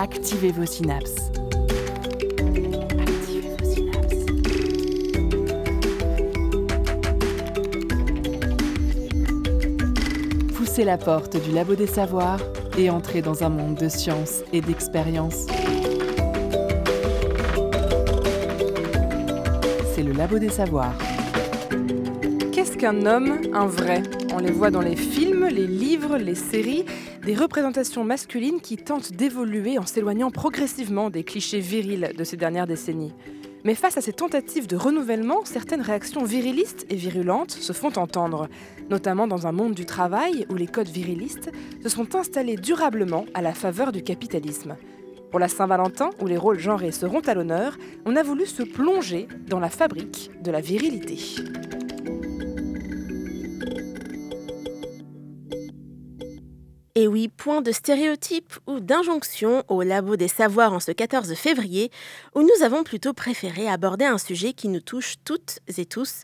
Activez vos synapses. Activez vos synapses. Poussez la porte du labo des savoirs et entrez dans un monde de science et d'expérience. C'est le labo des savoirs. Qu'est-ce qu'un homme, un vrai ? On les voit dans les films, les livres, les séries, des représentations masculines qui tentent d'évoluer en s'éloignant progressivement des clichés virils de ces dernières décennies. Mais face à ces tentatives de renouvellement, certaines réactions virilistes et virulentes se font entendre, notamment dans un monde du travail où les codes virilistes se sont installés durablement à la faveur du capitalisme. Pour la Saint-Valentin, où les rôles genrés seront à l'honneur, on a voulu se plonger dans la fabrique de la virilité. Et oui, point de stéréotypes ou d'injonctions au labo des savoirs en ce 14 février, où nous avons plutôt préféré aborder un sujet qui nous touche toutes et tous,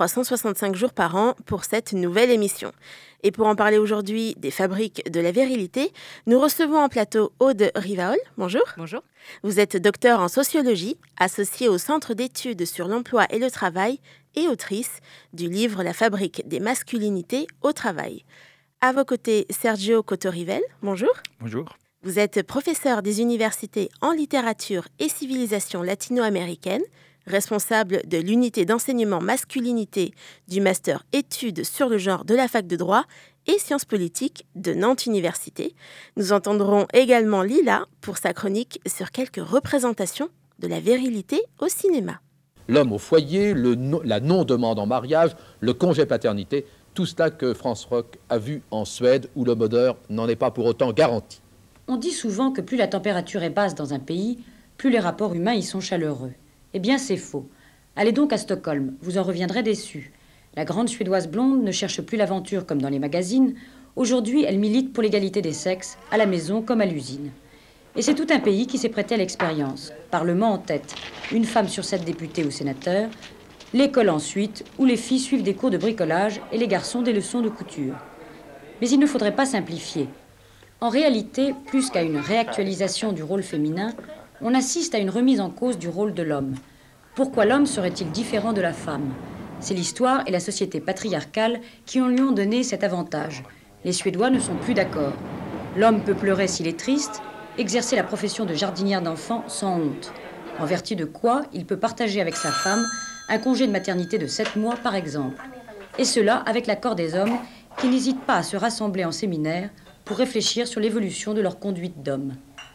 365 jours par an pour cette nouvelle émission. Et pour en parler aujourd'hui des fabriques de la virilité, nous recevons en plateau Aude Rivaol. Bonjour. Bonjour. Vous êtes docteur en sociologie, associée au Centre d'études sur l'emploi et le travail et autrice du livre La fabrique des masculinités au travail. À vos côtés, Sergio Cotorivel. Bonjour. Bonjour. Vous êtes professeur des universités en littérature et civilisation latino-américaine, responsable de l'unité d'enseignement masculinité du master études sur le genre de la fac de droit et sciences politiques de Nantes Université. Nous entendrons également Lila pour sa chronique sur quelques représentations de la virilité au cinéma. L'homme au foyer, la non-demande en mariage, le congé paternité, tout cela que France Roch a vu en Suède où le bonheur n'en est pas pour autant garanti. On dit souvent que plus la température est basse dans un pays, plus les rapports humains y sont chaleureux. Eh bien, c'est faux. Allez donc à Stockholm, vous en reviendrez déçus. La grande Suédoise blonde ne cherche plus l'aventure comme dans les magazines. Aujourd'hui, elle milite pour l'égalité des sexes, à la maison comme à l'usine. Et c'est tout un pays qui s'est prêté à l'expérience. Parlement en tête, une femme sur 7 députés ou sénateurs, l'école ensuite, où les filles suivent des cours de bricolage et les garçons des leçons de couture. Mais il ne faudrait pas simplifier. En réalité, plus qu'à une réactualisation du rôle féminin, on assiste à une remise en cause du rôle de l'homme. Pourquoi l'homme serait-il différent de la femme ? C'est l'histoire et la société patriarcale qui lui ont donné cet avantage. Les Suédois ne sont plus d'accord. L'homme peut pleurer s'il est triste, exercer la profession de jardinière d'enfants sans honte. En vertu de quoi, il peut partager avec sa femme un congé de maternité de 7 mois, par exemple. Et cela avec l'accord des hommes qui n'hésitent pas à se rassembler en séminaire pour réfléchir sur l'évolution de leur conduite d'homme.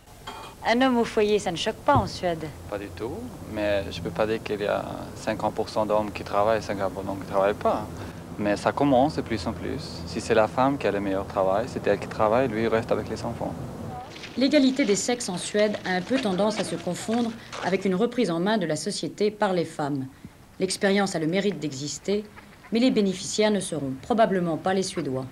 Un homme au foyer, ça ne choque pas en Suède? Pas du tout, mais je ne peux pas dire qu'il y a 50% d'hommes qui travaillent et 50% qui ne travaillent pas. Mais ça commence de plus en plus. Si c'est la femme qui a le meilleur travail, c'est elle qui travaille, lui il reste avec les enfants. L'égalité des sexes en Suède a un peu tendance à se confondre avec une reprise en main de la société par les femmes. L'expérience a le mérite d'exister, mais les bénéficiaires ne seront probablement pas les Suédois.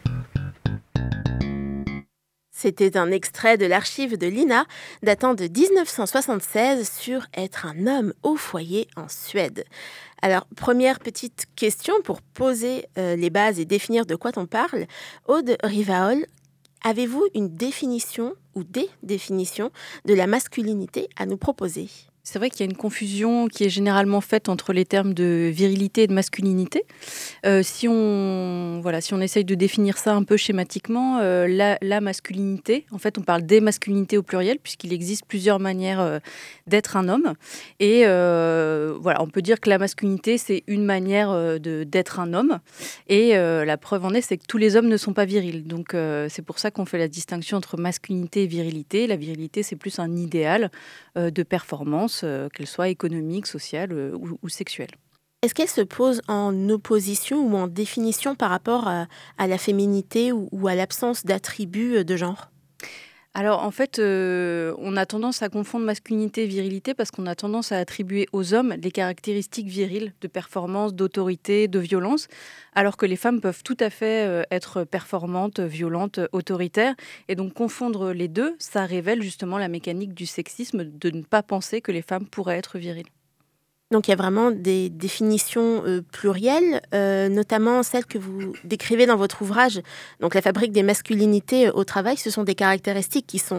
C'était un extrait de l'archive de l'INA datant de 1976 sur être un homme au foyer en Suède. Alors, première petite question pour poser les bases et définir de quoi on parle. Aude Rivaol, avez-vous une définition ou des définitions de la masculinité à nous proposer ? C'est vrai qu'il y a une confusion qui est généralement faite entre les termes de virilité et de masculinité. Si on essaye de définir ça un peu schématiquement, la masculinité, en fait on parle des masculinités au pluriel puisqu'il existe plusieurs manières d'être un homme. Et on peut dire que la masculinité c'est une manière d'être un homme. Et la preuve en est, c'est que tous les hommes ne sont pas virils. Donc c'est pour ça qu'on fait la distinction entre masculinité et virilité. La virilité c'est plus un idéal de performance, qu'elle soit économique, sociale ou sexuelle. Est-ce qu'elle se pose en opposition ou en définition par rapport à la féminité ou à l'absence d'attributs de genre ? Alors en fait, on a tendance à confondre masculinité et virilité parce qu'on a tendance à attribuer aux hommes les caractéristiques viriles de performance, d'autorité, de violence, alors que les femmes peuvent tout à fait être performantes, violentes, autoritaires. Et donc confondre les deux, ça révèle justement la mécanique du sexisme de ne pas penser que les femmes pourraient être viriles. Donc il y a vraiment des définitions plurielles, notamment celles que vous décrivez dans votre ouvrage. Donc la fabrique des masculinités au travail, ce sont des caractéristiques qui sont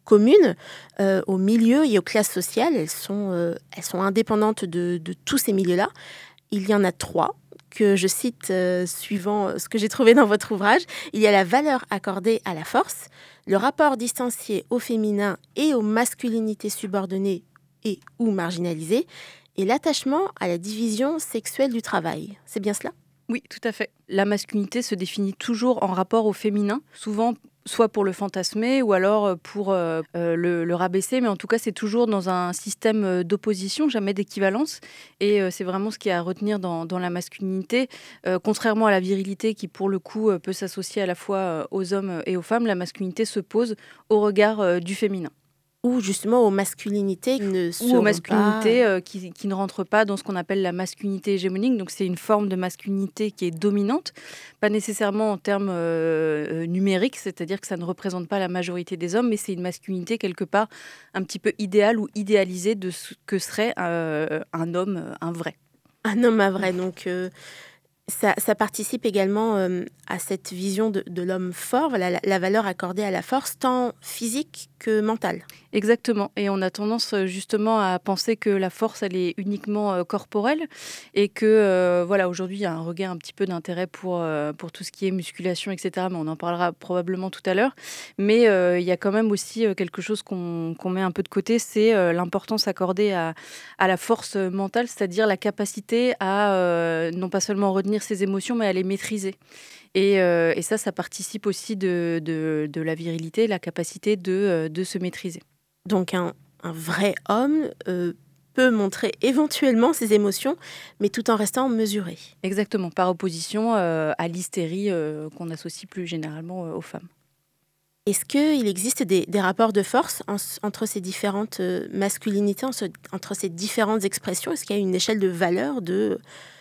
communes aux milieux et aux classes sociales. Elles sont indépendantes de tous ces milieux-là. Il y en a 3 que je cite suivant ce que j'ai trouvé dans votre ouvrage. Il y a la valeur accordée à la force, le rapport distancié au féminin et aux masculinités subordonnées et ou marginalisées, et l'attachement à la division sexuelle du travail. C'est bien cela ? Oui, tout à fait. La masculinité se définit toujours en rapport au féminin, souvent soit pour le fantasmer ou alors pour le rabaisser, mais en tout cas c'est toujours dans un système d'opposition, jamais d'équivalence, et c'est vraiment ce qui est à retenir dans la masculinité. Contrairement à la virilité qui pour le coup peut s'associer à la fois aux hommes et aux femmes, la masculinité se pose au regard du féminin. Ou justement aux masculinités qui ne rentrent pas dans ce qu'on appelle la masculinité hégémonique. Donc c'est une forme de masculinité qui est dominante, pas nécessairement en termes numériques, c'est-à-dire que ça ne représente pas la majorité des hommes, mais c'est une masculinité quelque part un petit peu idéale ou idéalisée de ce que serait un homme, un vrai. Un homme, un vrai, donc... Ça participe également à cette vision de l'homme fort, voilà, la valeur accordée à la force, tant physique que mentale. Exactement. Et on a tendance justement à penser que la force, elle est uniquement corporelle et que voilà, aujourd'hui, il y a un regain un petit peu d'intérêt pour tout ce qui est musculation, etc. Mais on en parlera probablement tout à l'heure. Mais il y a quand même aussi quelque chose qu'on met un peu de côté, c'est l'importance accordée à la force mentale, c'est-à-dire la capacité à non pas seulement retenir ses émotions, mais à les maîtriser. Et ça participe aussi de la virilité, la capacité de se maîtriser. Donc un vrai homme peut montrer éventuellement ses émotions, mais tout en restant mesuré. Exactement, par opposition à l'hystérie qu'on associe plus généralement aux femmes. Est-ce qu'il existe des rapports de force entre ces différentes masculinités, entre ces différentes expressions ? Est-ce qu'il y a une échelle de valeur de...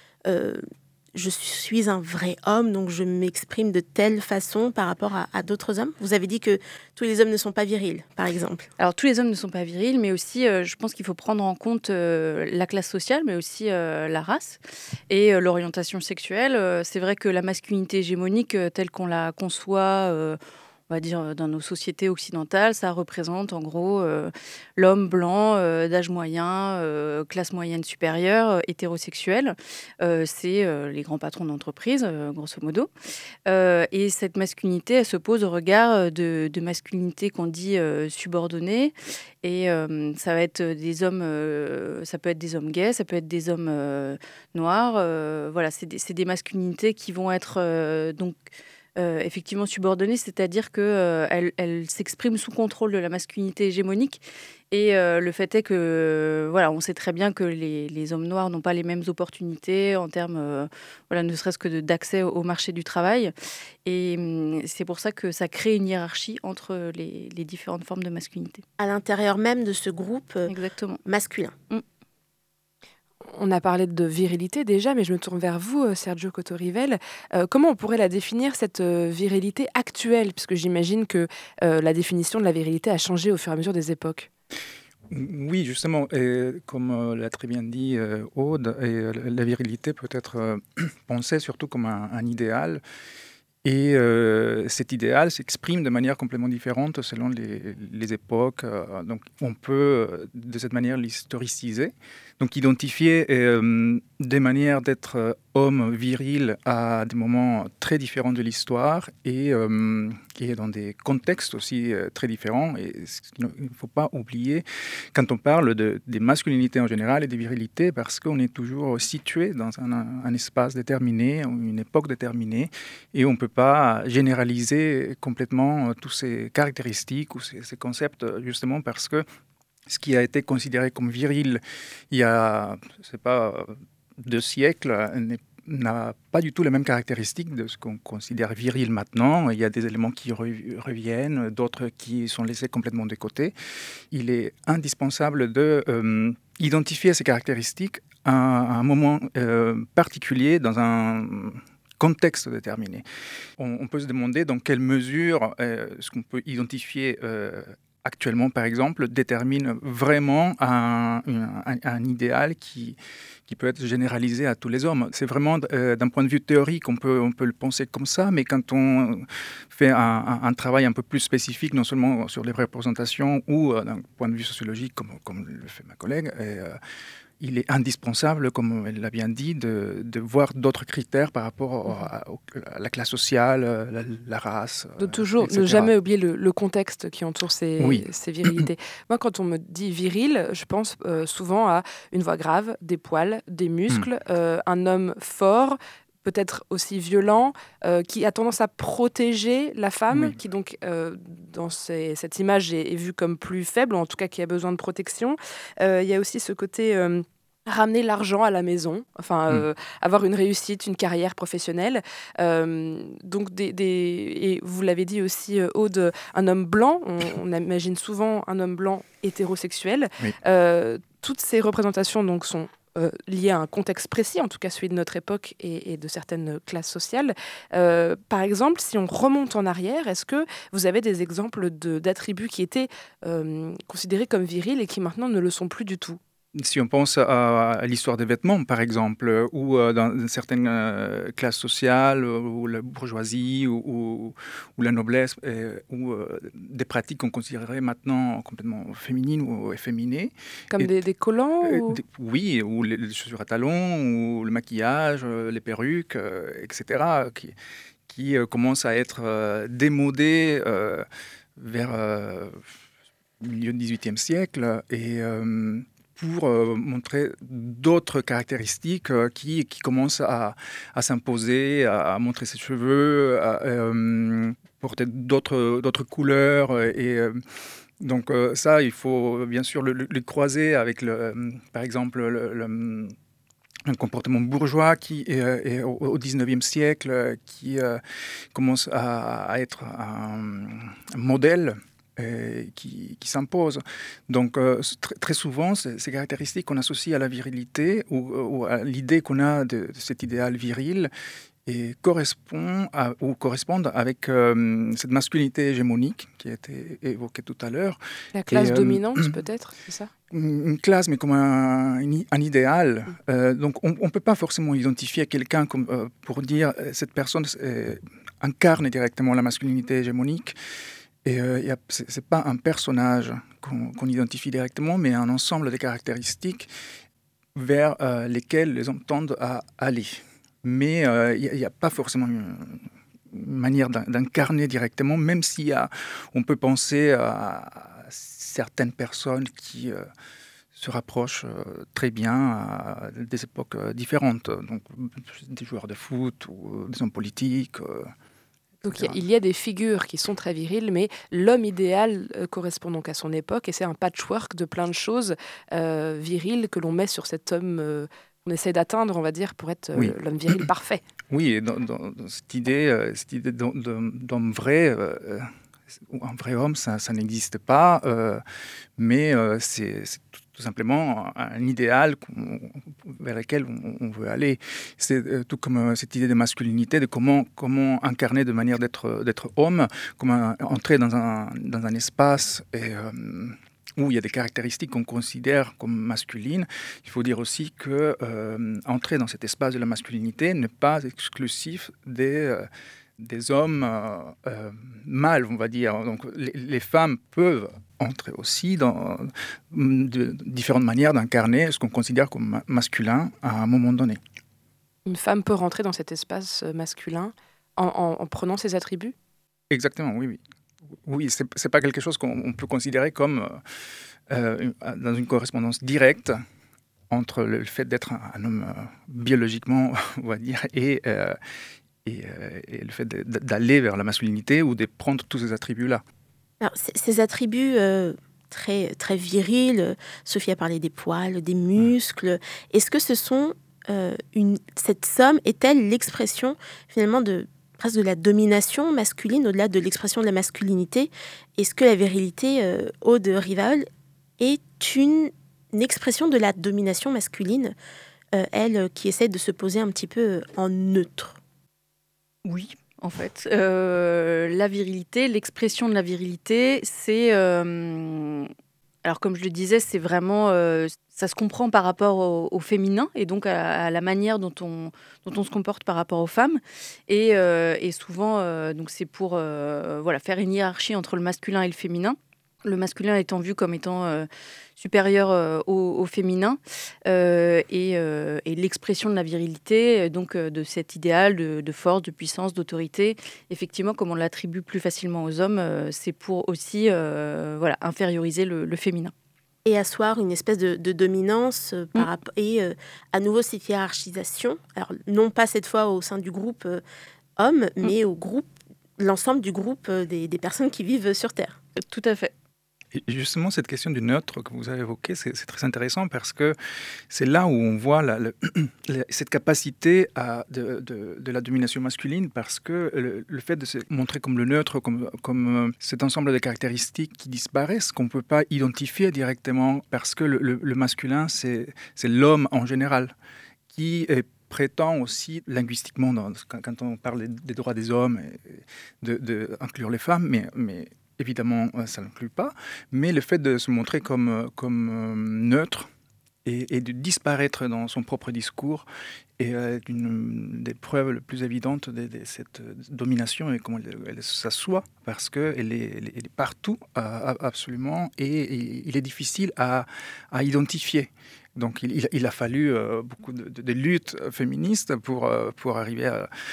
je suis un vrai homme, donc je m'exprime de telle façon par rapport à d'autres hommes. Vous avez dit que tous les hommes ne sont pas virils, par exemple. Alors, tous les hommes ne sont pas virils, mais aussi, je pense qu'il faut prendre en compte la classe sociale, mais aussi la race et l'orientation sexuelle. C'est vrai que la masculinité hégémonique, telle qu'on la conçoit... on va dire, dans nos sociétés occidentales, ça représente en gros l'homme blanc d'âge moyen, classe moyenne supérieure, hétérosexuel. C'est les grands patrons d'entreprise, grosso modo. Et cette masculinité, elle se pose au regard de masculinité qu'on dit subordonnée. Et ça va être des hommes, ça peut être des hommes gays, ça peut être des hommes noirs. Voilà, c'est des masculinités qui vont être donc... effectivement subordonnée, c'est-à-dire qu'elle s'exprime sous contrôle de la masculinité hégémonique. Et le fait est que, voilà, on sait très bien que les hommes noirs n'ont pas les mêmes opportunités en termes, voilà, ne serait-ce que d'accès au marché du travail. Et c'est pour ça que ça crée une hiérarchie entre les différentes formes de masculinité. À l'intérieur même de ce groupe masculin. On a parlé de virilité déjà, mais je me tourne vers vous, Sergio Coto-Rivel. Comment on pourrait la définir, cette virilité actuelle ? Puisque j'imagine que la définition de la virilité a changé au fur et à mesure des époques. Oui, justement, comme l'a très bien dit Aude, la virilité peut être pensée surtout comme un idéal. Et cet idéal s'exprime de manière complètement différente selon les époques. Donc on peut de cette manière l'historiciser. Donc identifier des manières d'être homme viril à des moments très différents de l'histoire et dans des contextes aussi très différents. Et il ne faut pas oublier quand on parle des masculinités en général et des virilités, parce qu'on est toujours situé dans un espace déterminé, une époque déterminée, et on ne peut pas généraliser complètement tous ces caractéristiques ou ces concepts, justement parce que ce qui a été considéré comme viril il y a, je sais pas, 2 siècles n'a pas du tout les mêmes caractéristiques de ce qu'on considère viril maintenant. Il y a des éléments qui reviennent, d'autres qui sont laissés complètement de côté. Il est indispensable de identifier ces caractéristiques à un moment particulier dans un contexte déterminé. On peut se demander dans quelle mesure est-ce qu'on peut identifier actuellement, par exemple, détermine vraiment un idéal qui peut être généralisé à tous les hommes. C'est vraiment d'un point de vue théorique, on peut le penser comme ça, mais quand on fait un travail un peu plus spécifique, non seulement sur les représentations ou d'un point de vue sociologique, comme le fait ma collègue, il est indispensable, comme elle l'a bien dit, de voir d'autres critères par rapport à la classe sociale, la race. De toujours etc. ne jamais oublier le contexte qui entoure Oui. ces virilités. Moi, quand on me dit viril, je pense souvent à une voix grave, des poils, des muscles, un homme fort, peut-être aussi violent, qui a tendance à protéger la femme, Oui. qui donc, dans cette image, est vue comme plus faible, ou en tout cas qui a besoin de protection. Il y a aussi ce côté... ramener l'argent à la maison, avoir une réussite, une carrière professionnelle. Donc et vous l'avez dit aussi, Aude, un homme blanc, on imagine souvent un homme blanc hétérosexuel. Oui. Toutes ces représentations donc, sont liées à un contexte précis, en tout cas celui de notre époque et de certaines classes sociales. Par exemple, si on remonte en arrière, est-ce que vous avez des exemples d'attributs qui étaient considérés comme virils et qui maintenant ne le sont plus du tout ? Si on pense à l'histoire des vêtements, par exemple, ou dans certaines classes sociales, ou la bourgeoisie, ou la noblesse, ou des pratiques qu'on considérerait maintenant complètement féminines ou efféminées. Comme des collants Oui, ou les chaussures à talons, ou le maquillage, les perruques, etc., qui commencent à être démodées vers le milieu du XVIIIe siècle. Et... pour montrer d'autres caractéristiques qui commencent à s'imposer, à montrer ses cheveux, à porter d'autres couleurs. Donc ça, il faut bien sûr le croiser avec, par exemple, un comportement bourgeois qui est au XIXe siècle, qui commence à être un modèle qui s'impose. Donc, très souvent, ces caractéristiques qu'on associe à la virilité ou à l'idée qu'on a de cet idéal viril et correspondent avec cette masculinité hégémonique qui a été évoquée tout à l'heure. La classe dominante, peut-être, c'est ça ? Une classe, mais comme un idéal. Donc, on ne peut pas forcément identifier quelqu'un pour dire cette personne incarne directement la masculinité hégémonique. Et ce n'est pas un personnage qu'on identifie directement, mais un ensemble de caractéristiques vers lesquelles les hommes tendent à aller. Mais il n'y a pas forcément une manière d'incarner directement, même si on peut penser à certaines personnes qui se rapprochent très bien à des époques différentes. Donc, des joueurs de foot ou des hommes politiques. Donc il y a des figures qui sont très viriles, mais l'homme idéal correspond donc à son époque, et c'est un patchwork de plein de choses viriles que l'on met sur cet homme qu'on essaie d'atteindre, on va dire, pour être l'homme viril parfait. Oui, et dans cette idée d'homme vrai, un vrai homme, ça n'existe pas, mais c'est tout simplement un idéal vers lequel on veut aller. C'est tout comme cette idée de masculinité, de comment incarner de manière d'être homme, comment entrer dans un espace où il y a des caractéristiques qu'on considère comme masculines. Il faut dire aussi que entrer dans cet espace de la masculinité n'est pas exclusif des hommes mâles, on va dire. Donc les femmes peuvent entrer aussi dans de différentes manières d'incarner ce qu'on considère comme masculin à un moment donné. Une femme peut rentrer dans cet espace masculin en prenant ses attributs ? Exactement, oui. Oui, c'est pas quelque chose qu'on peut considérer comme dans une correspondance directe entre le fait d'être un homme biologiquement, on va dire, et le fait d'aller vers la masculinité ou de prendre tous ces attributs-là. Alors, ces attributs très, très virils, Sophie a parlé des poils, des muscles. Est-ce que ce sont cette somme est-elle l'expression finalement presque de la domination masculine au-delà de l'expression de la masculinité? Est-ce que la virilité, Aude Rivaol, est une expression de la domination masculine, elle qui essaie de se poser un petit peu en neutre? Oui, en fait. La virilité, l'expression de la virilité, c'est... alors, comme je le disais, c'est vraiment... ça se comprend par rapport au féminin et donc à la manière dont on se comporte par rapport aux femmes. Et souvent, donc c'est pour faire une hiérarchie entre le masculin et le féminin. Le masculin étant vu comme étant supérieur au féminin et l'expression de la virilité, donc de cet idéal de force, de puissance, d'autorité. Effectivement, comme on l'attribue plus facilement aux hommes, c'est pour aussi inférioriser le féminin. Et asseoir une espèce de dominance par rapport, et à nouveau cette hiérarchisation. Alors, non pas cette fois au sein du groupe homme, mais au groupe, l'ensemble du groupe des personnes qui vivent sur Terre. Tout à fait. Et justement, cette question du neutre que vous avez évoquée, c'est très intéressant parce que c'est là où on voit cette capacité de la domination masculine, parce que le fait de se montrer comme le neutre, comme cet ensemble de caractéristiques qui disparaissent, qu'on ne peut pas identifier directement, parce que le masculin, c'est l'homme en général, qui prétend aussi linguistiquement, quand on parle des droits des hommes, d'inclure les femmes, mais évidemment, ça n'inclut pas, mais le fait de se montrer comme neutre et de disparaître dans son propre discours est une des preuves les plus évidentes de cette domination et comment elle s'assoit, parce qu'elle est partout, absolument, et il est difficile à identifier. Donc il a fallu beaucoup de luttes féministes pour arriver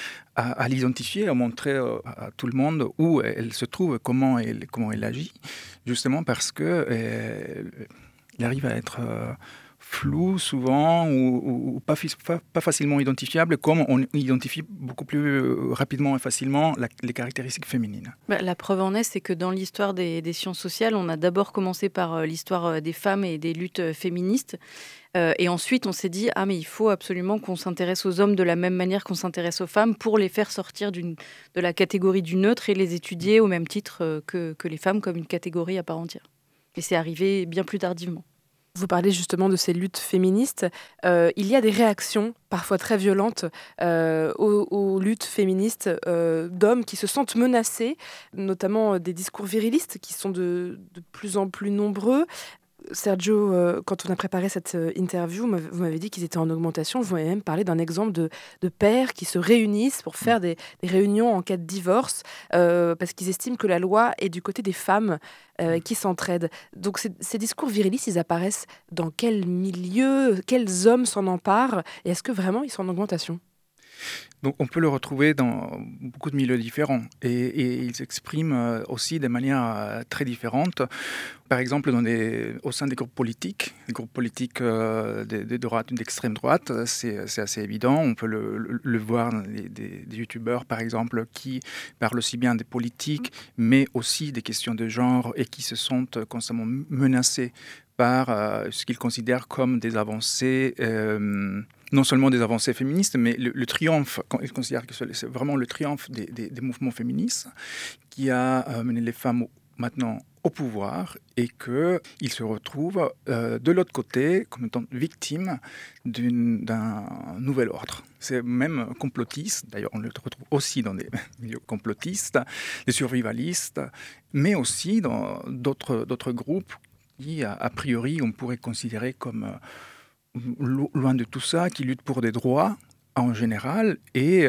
à l'identifier, à montrer à tout le monde où elle se trouve, comment elle agit, justement parce qu'il arrive à être flou souvent ou pas facilement identifiable, comme on identifie beaucoup plus rapidement et facilement les caractéristiques féminines. La preuve en est, c'est que dans l'histoire des sciences sociales, on a d'abord commencé par l'histoire des femmes et des luttes féministes. Et ensuite, on s'est dit, mais il faut absolument qu'on s'intéresse aux hommes de la même manière qu'on s'intéresse aux femmes pour les faire sortir de la catégorie du neutre et les étudier au même titre que les femmes comme une catégorie à part entière. Et c'est arrivé bien plus tardivement. Vous parlez justement de ces luttes féministes. Il y a des réactions, parfois très violentes, aux luttes féministes d'hommes qui se sentent menacés, notamment des discours virilistes qui sont de plus en plus nombreux. Sergio, quand on a préparé cette interview, vous m'avez dit qu'ils étaient en augmentation. Vous m'avez même parlé d'un exemple de pères qui se réunissent pour faire des réunions en cas de divorce parce qu'ils estiment que la loi est du côté des femmes qui s'entraident. Donc ces discours virilistes, ils apparaissent dans quel milieu? Quels hommes s'en emparent? Et est-ce que vraiment ils sont en augmentation? Donc on peut le retrouver dans beaucoup de milieux différents et ils s'expriment aussi de manière très différente. Par exemple, au sein des groupes politiques de droite, d'extrême droite, c'est assez évident. On peut le voir dans des youtubeurs, par exemple, qui parlent aussi bien des politiques, mais aussi des questions de genre et qui se sentent constamment menacés par ce qu'ils considèrent comme des avancées, non seulement des avancées féministes, mais le triomphe, ils considèrent que c'est vraiment le triomphe des mouvements féministes qui a mené les femmes maintenant au pouvoir et qu'ils se retrouvent de l'autre côté comme étant victimes d'un nouvel ordre. C'est même complotiste, d'ailleurs on le retrouve aussi dans des milieux complotistes, des survivalistes, mais aussi dans d'autres groupes qui, a priori, on pourrait considérer comme loin de tout ça, qui luttent pour des droits en général. Et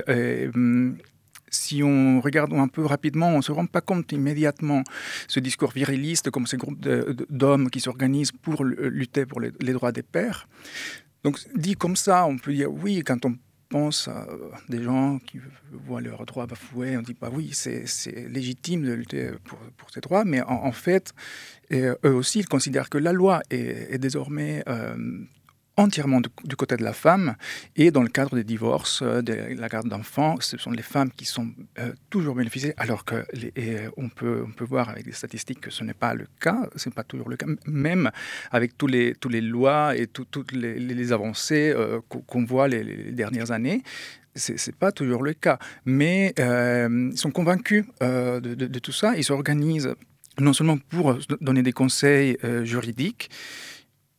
si on regarde un peu rapidement, on ne se rend pas compte immédiatement ce discours viriliste, comme ces groupes d'hommes qui s'organisent pour lutter pour les droits des pères. Donc, dit comme ça, on peut dire oui, quand on pense à des gens qui voient leurs droits bafoués, on dit oui, c'est légitime de lutter pour ces droits, mais en fait, eux aussi, ils considèrent que la loi est désormais entièrement du côté de la femme, et dans le cadre des divorces, de la garde d'enfants, ce sont les femmes qui sont toujours bénéficiées, alors que on peut voir avec des statistiques que ce n'est pas le cas, ce n'est pas toujours le cas, même avec tous les lois et toutes les avancées qu'on voit les dernières années. C'est pas toujours le cas, mais ils sont convaincus de tout ça, ils s'organisent non seulement pour donner des conseils juridiques,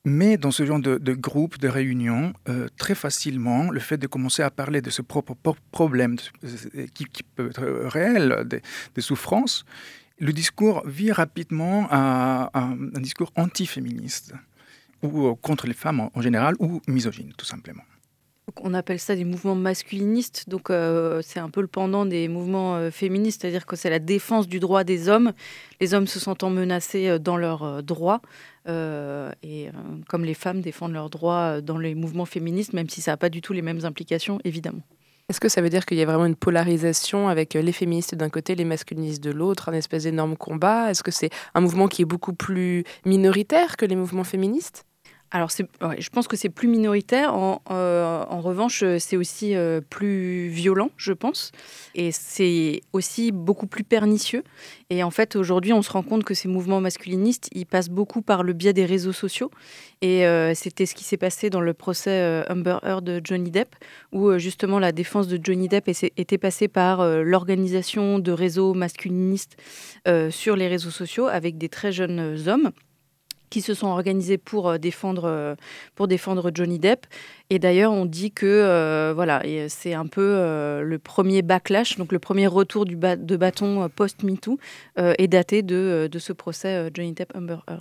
Mais dans ce genre de groupe, de réunion, très facilement, le fait de commencer à parler de ce propre problème qui peut être réel, des souffrances, le discours vire rapidement à un discours anti-féministe, ou contre les femmes en général, ou misogyne, tout simplement. Donc on appelle ça des mouvements masculinistes, donc c'est un peu le pendant des mouvements féministes, c'est-à-dire que c'est la défense du droit des hommes, les hommes se sentant menacés dans leurs droits, comme les femmes défendent leurs droits dans les mouvements féministes, même si ça n'a pas du tout les mêmes implications, évidemment. Est-ce que ça veut dire qu'il y a vraiment une polarisation avec les féministes d'un côté, les masculinistes de l'autre, un espèce d'énorme combat? Est-ce que c'est un mouvement qui est beaucoup plus minoritaire que les mouvements féministes? Alors, je pense que c'est plus minoritaire. En revanche, c'est aussi plus violent, je pense. Et c'est aussi beaucoup plus pernicieux. Et en fait, aujourd'hui, on se rend compte que ces mouvements masculinistes, ils passent beaucoup par le biais des réseaux sociaux. Et c'était ce qui s'est passé dans le procès Amber Heard de Johnny Depp, où justement la défense de Johnny Depp était passée par l'organisation de réseaux masculinistes sur les réseaux sociaux avec des très jeunes hommes qui se sont organisés pour défendre Johnny Depp. Et d'ailleurs, on dit que c'est un peu le premier backlash, donc le premier retour de bâton post-MeToo, est daté de ce procès Johnny Depp-Amber Heard.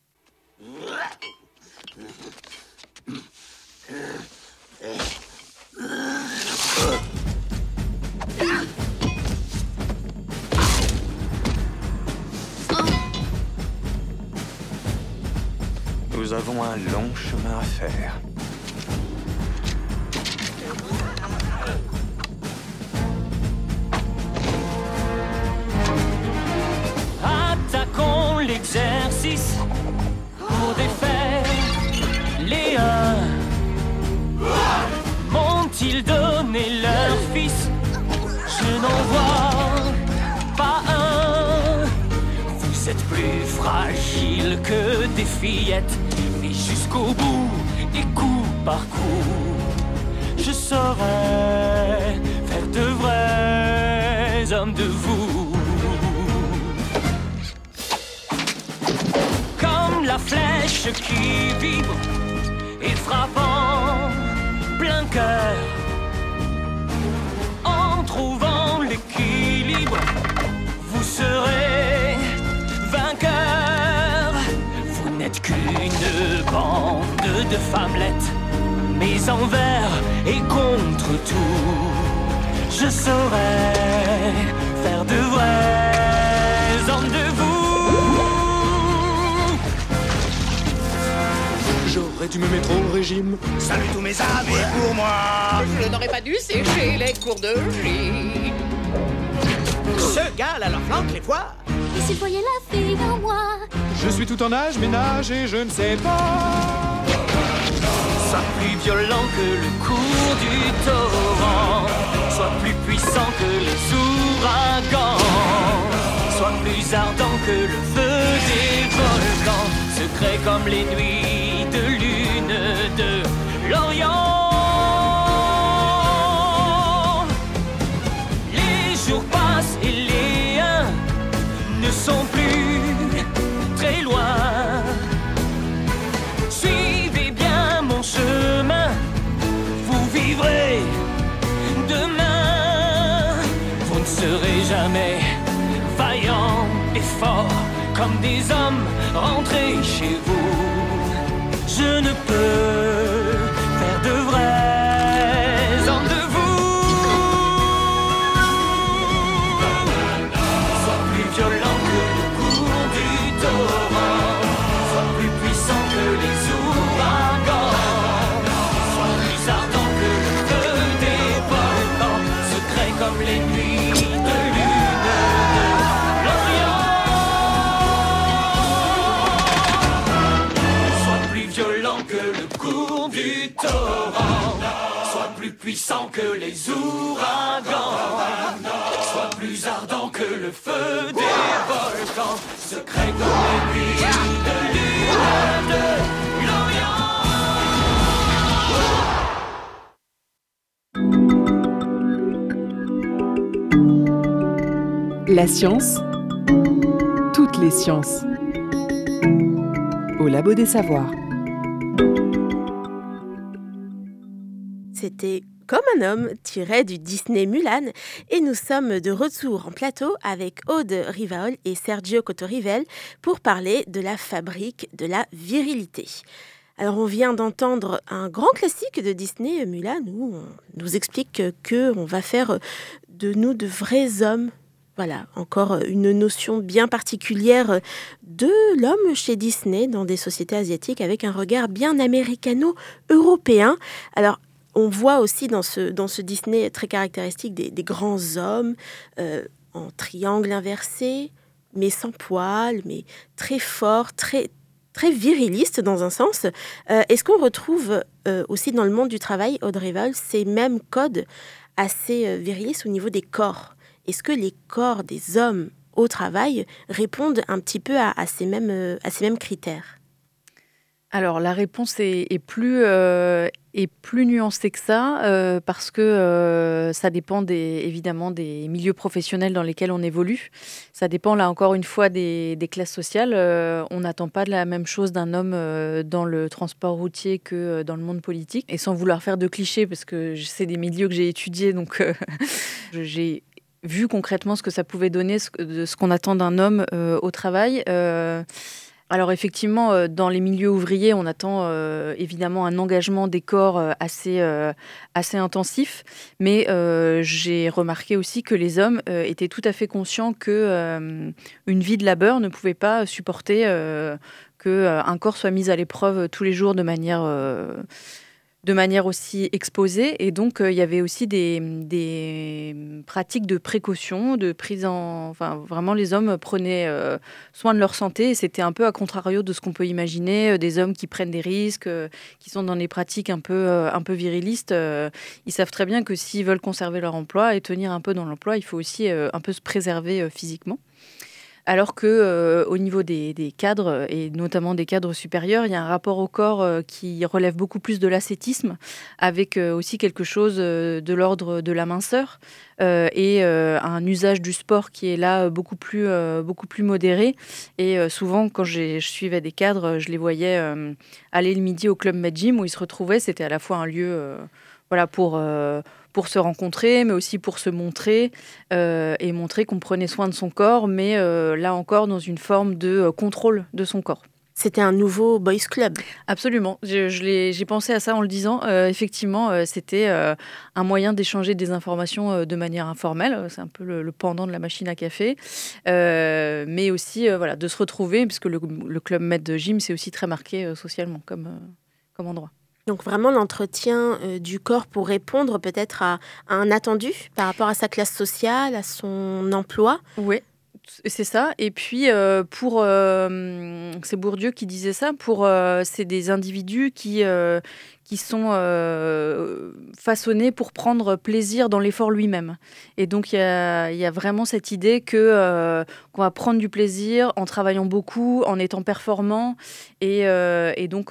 Nous avons un long chemin à faire. Attaquons l'exercice pour défaire les uns. M'ont-ils donné leur fils? Je n'en vois pas un. Vous êtes plus fragile que des fillettes, mais jusqu'au bout, et coup par coup, je saurais faire de vrais hommes de vous. Comme la flèche qui vibre et frappe en plein cœur, en trouvant l'équilibre, vous serez vainqueur. Vous n'êtes qu'une bande de femmelettes, mais envers et contre tout, je saurais faire de vrais hommes de vous. J'aurais dû me mettre au régime. Salut tous mes amis pour moi. Je n'aurais pas dû sécher les cours de gym. Ce gars à leur flanque les poids. Et s'il voyait la fille en moi? Je suis tout en âge, ménage et je ne sais pas. Sois plus violent que le cours du torrent, sois plus puissant que les ouragans, sois plus ardent que le feu des volcans, secret comme les nuits de lune de l'Orient. Les jours passent et les uns ne sont plus très loin. Suivez bien mon chemin, vous vivrez demain. Vous ne serez jamais vaillants et forts comme des hommes rentrés chez vous. Je ne peux faire de vrais hommes de vous. Sois plus violent que le cours du torrent, sois plus puissant que les ouragans, sois plus ardent que le feu des volcans, secret comme les nuits de lune de l'Orient. Sois plus violent que le cours du torrent, sois plus puissant que les ouragans, sois plus ardent que le feu des volcans, secret comme les nuits de lune de l'Orient. La science, toutes les sciences. Au Labo des Savoirs. C'était Comme un homme, tiré du Disney Mulan, et nous sommes de retour en plateau avec Aude Rivaol et Sergio Cotorivel pour parler de la fabrique de la virilité. Alors on vient d'entendre un grand classique de Disney, Mulan, où on nous explique qu'on va faire de nous de vrais hommes. Voilà, encore une notion bien particulière de l'homme chez Disney dans des sociétés asiatiques avec un regard bien américano-européen. Alors, on voit aussi dans ce Disney très caractéristique des grands hommes en triangle inversé, mais sans poils, mais très forts, très virilistes dans un sens. Est-ce qu'on retrouve aussi dans le monde du travail, Aude Rivaol, ces mêmes codes assez virilistes au niveau des corps ? Est-ce que les corps des hommes au travail répondent un petit peu à ces mêmes critères ? Alors, la réponse est plus nuancée que ça, parce que ça dépend évidemment des milieux professionnels dans lesquels on évolue. Ça dépend, là encore une fois, des classes sociales. On n'attend pas de la même chose d'un homme dans le transport routier que dans le monde politique. Et sans vouloir faire de clichés, parce que c'est des milieux que j'ai étudiés, donc j'ai vu concrètement ce que ça pouvait donner, ce qu'on attend d'un homme au travail. Alors effectivement, dans les milieux ouvriers, on attend évidemment un engagement des corps assez intensif, mais j'ai remarqué aussi que les hommes étaient tout à fait conscients que une vie de labeur ne pouvait pas supporter qu'un corps soit mis à l'épreuve tous les jours de manière aussi exposée. Et donc, il y avait aussi des pratiques de précaution, de prise en... Enfin, vraiment, les hommes prenaient soin de leur santé. Et c'était un peu à contrario de ce qu'on peut imaginer, des hommes qui prennent des risques, qui sont dans des pratiques un peu virilistes. Ils savent très bien que s'ils veulent conserver leur emploi et tenir un peu dans l'emploi, il faut aussi un peu se préserver physiquement. Alors qu'au niveau des cadres, et notamment des cadres supérieurs, il y a un rapport au corps qui relève beaucoup plus de l'ascétisme, avec aussi quelque chose de l'ordre de la minceur et un usage du sport qui est là beaucoup plus modéré. Et souvent, quand je suivais des cadres, je les voyais aller le midi au Club Med Gym où ils se retrouvaient. C'était à la fois un lieu pour se rencontrer, mais aussi pour se montrer et montrer qu'on prenait soin de son corps, mais là encore dans une forme de contrôle de son corps. C'était un nouveau boys club. Absolument. J'ai pensé à ça en le disant. Effectivement, c'était un moyen d'échanger des informations de manière informelle. C'est un peu le pendant de la machine à café. Mais aussi de se retrouver, puisque le Club Med Gym, c'est aussi très marqué socialement comme endroit. Donc vraiment l'entretien du corps pour répondre peut-être à un attendu par rapport à sa classe sociale, à son emploi. Oui, c'est ça. Et puis c'est Bourdieu qui disait ça, c'est des individus qui sont façonnés pour prendre plaisir dans l'effort lui-même. Et donc, il y a vraiment cette idée qu'on va prendre du plaisir en travaillant beaucoup, en étant performant. Et donc,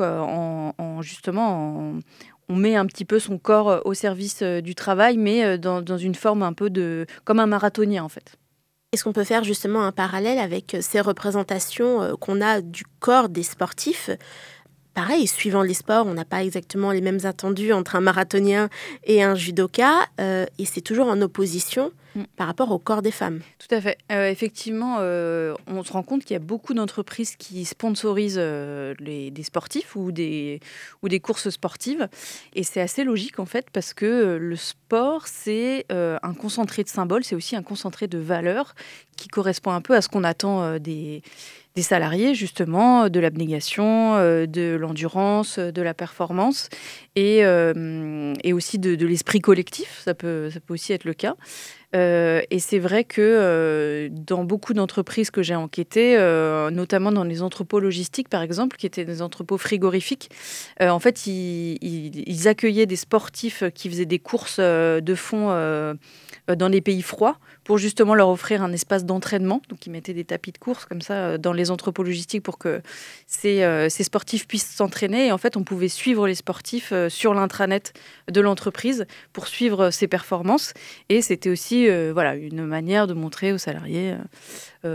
on met un petit peu son corps au service du travail, mais dans une forme un peu comme un marathonien, en fait. Est-ce qu'on peut faire justement un parallèle avec ces représentations qu'on a du corps des sportifs ? Pareil, suivant les sports, on n'a pas exactement les mêmes attendus entre un marathonien et un judoka, et c'est toujours en opposition par rapport au corps des femmes. Tout à fait. Effectivement, on se rend compte qu'il y a beaucoup d'entreprises qui sponsorisent des sportifs ou des courses sportives, et c'est assez logique en fait, parce que le sport, c'est un concentré de symboles, c'est aussi un concentré de valeurs qui correspond un peu à ce qu'on attend des salariés, justement, de l'abnégation, de l'endurance, de la performance et aussi de l'esprit collectif. Ça peut aussi être le cas. Et c'est vrai que dans beaucoup d'entreprises que j'ai enquêtées, notamment dans les entrepôts logistiques, par exemple, qui étaient des entrepôts frigorifiques, en fait, ils accueillaient des sportifs qui faisaient des courses de fond dans les pays froids pour justement leur offrir un espace d'entraînement. Donc, ils mettaient des tapis de course comme ça dans les entrepôts logistiques pour que ces sportifs puissent s'entraîner. Et en fait, on pouvait suivre les sportifs sur l'intranet de l'entreprise pour suivre ses performances. Et c'était aussi une manière de montrer aux salariés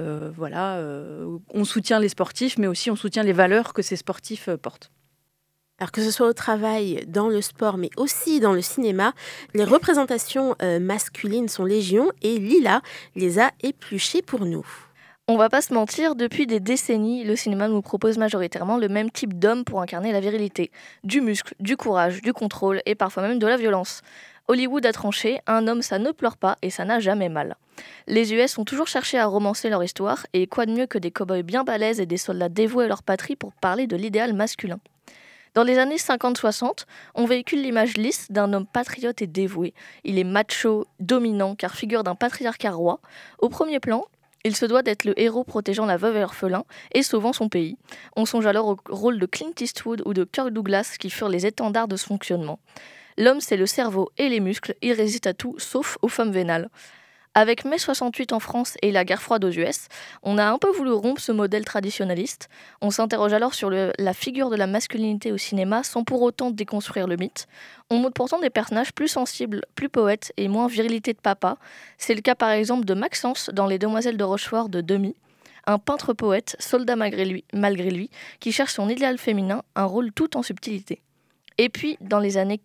on soutient les sportifs, mais aussi on soutient les valeurs que ces sportifs portent. Alors que ce soit au travail, dans le sport, mais aussi dans le cinéma, les représentations masculines sont légion et Lila les a épluchées pour nous. On va pas se mentir, depuis des décennies, le cinéma nous propose majoritairement le même type d'homme pour incarner la virilité. Du muscle, du courage, du contrôle et parfois même de la violence. Hollywood a tranché, un homme ça ne pleure pas et ça n'a jamais mal. Les US ont toujours cherché à romancer leur histoire, et quoi de mieux que des cow-boys bien balèzes et des soldats dévoués à leur patrie pour parler de l'idéal masculin. Dans les années 50-60, on véhicule l'image lisse d'un homme patriote et dévoué. Il est macho, dominant, car figure d'un patriarcat roi. Au premier plan, il se doit d'être le héros protégeant la veuve et l'orphelin et sauvant son pays. On songe alors au rôle de Clint Eastwood ou de Kirk Douglas qui furent les étendards de ce fonctionnement. L'homme, c'est le cerveau et les muscles, il résiste à tout sauf aux femmes vénales. Avec mai 68 en France et la guerre froide aux US, on a un peu voulu rompre ce modèle traditionnaliste. On s'interroge alors sur la figure de la masculinité au cinéma sans pour autant déconstruire le mythe. On montre pourtant des personnages plus sensibles, plus poètes et moins virilité de papa. C'est le cas par exemple de Maxence dans Les Demoiselles de Rochefort de Demy, un peintre poète, soldat malgré lui, qui cherche son idéal féminin, un rôle tout en subtilité. Et puis, dans les années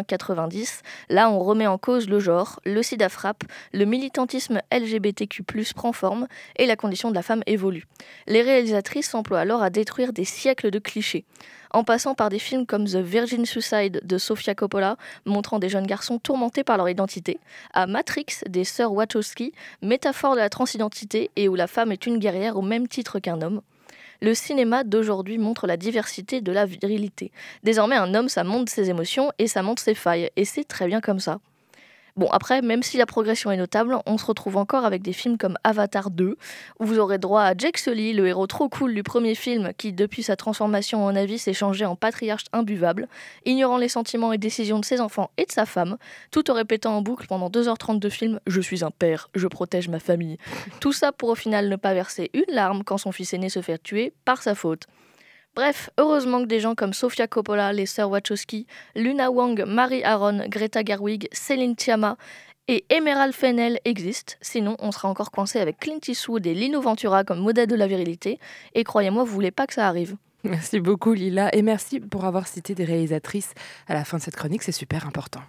80-90, là, on remet en cause le genre, le sida frappe, le militantisme LGBTQ+, prend forme et la condition de la femme évolue. Les réalisatrices s'emploient alors à détruire des siècles de clichés, en passant par des films comme The Virgin Suicide de Sofia Coppola, montrant des jeunes garçons tourmentés par leur identité, à Matrix des sœurs Wachowski, métaphore de la transidentité et où la femme est une guerrière au même titre qu'un homme. Le cinéma d'aujourd'hui montre la diversité de la virilité. Désormais, un homme, ça montre ses émotions et ça montre ses failles. Et c'est très bien comme ça. Bon, après, même si la progression est notable, on se retrouve encore avec des films comme Avatar 2, où vous aurez droit à Jake Sully, le héros trop cool du premier film, qui, depuis sa transformation en avis, s'est changé en patriarche imbuvable, ignorant les sentiments et décisions de ses enfants et de sa femme, tout en répétant en boucle pendant 2h30 de film « Je suis un père, je protège ma famille ». Tout ça pour au final ne pas verser une larme quand son fils aîné se fait tuer par sa faute. Bref, heureusement que des gens comme Sofia Coppola, les sœurs Wachowski, Luna Wang, Marie Aron, Greta Gerwig, Céline Sciamma et Emerald Fennell existent, sinon on sera encore coincé avec Clint Eastwood et Lino Ventura comme modèle de la virilité, et croyez-moi, vous voulez pas que ça arrive. Merci beaucoup Lila, et merci pour avoir cité des réalisatrices à la fin de cette chronique, c'est super important.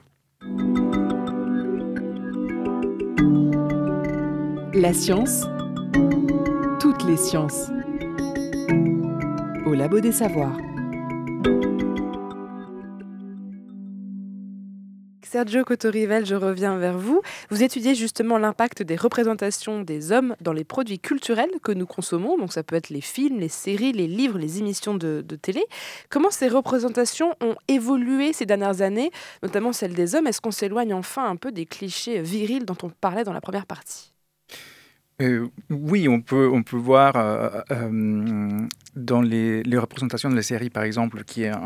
La science, toutes les sciences. Au Labo des Savoirs. Sergio Cotorivel, je reviens vers vous. Vous étudiez justement l'impact des représentations des hommes dans les produits culturels que nous consommons. Donc ça peut être les films, les séries, les livres, les émissions de télé. Comment ces représentations ont évolué ces dernières années, notamment celles des hommes? Est-ce qu'on s'éloigne enfin un peu des clichés virils dont on parlait dans la première partie? Oui, on peut voir dans les représentations de la série, par exemple, qui est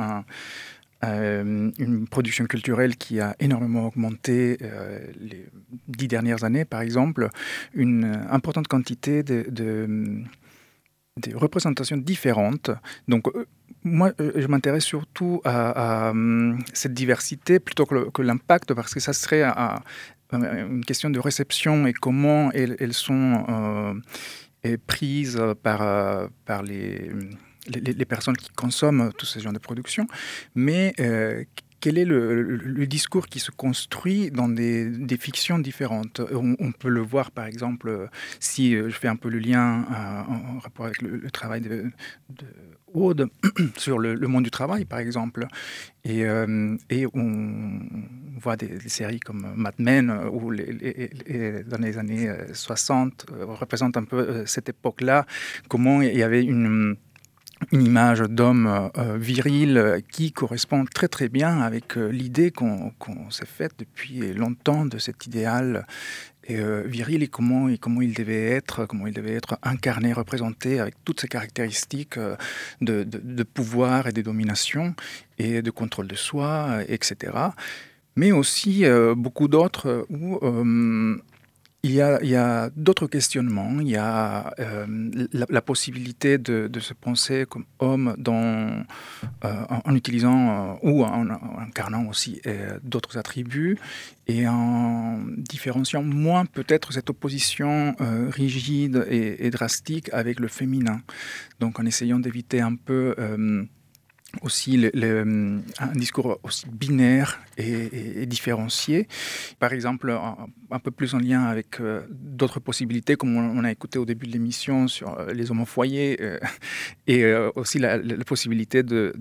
une production culturelle qui a énormément augmenté les 10 dernières années, par exemple, une importante quantité de représentations différentes. Donc, moi, je m'intéresse surtout à cette diversité plutôt que l'impact, parce que ça serait une question de réception et comment elles sont prises par les personnes qui consomment tous ces genres de production. Mais quel est le discours qui se construit dans des fictions différentes? On peut le voir, par exemple, si je fais un peu le lien en rapport avec le travail de Aude sur le monde du travail, par exemple. Et on voit des séries comme Mad Men, où dans les années 60, représente un peu cette époque-là, comment il y avait une image d'homme viril qui correspond très très bien avec l'idée qu'on s'est faite depuis longtemps de cet idéal viril et comment il devait être incarné, représenté avec toutes ces caractéristiques de pouvoir et de domination et de contrôle de soi, etc. Mais aussi beaucoup d'autres où il y a d'autres questionnements. Il y a la possibilité de se penser comme homme en utilisant ou en incarnant aussi d'autres attributs et en différenciant moins peut-être cette opposition rigide et drastique avec le féminin. Donc en essayant d'éviter un peu aussi un discours aussi binaire et différencié. Par exemple, un peu plus en lien avec d'autres possibilités, comme on a écouté au début de l'émission sur les hommes au foyer, et aussi la possibilité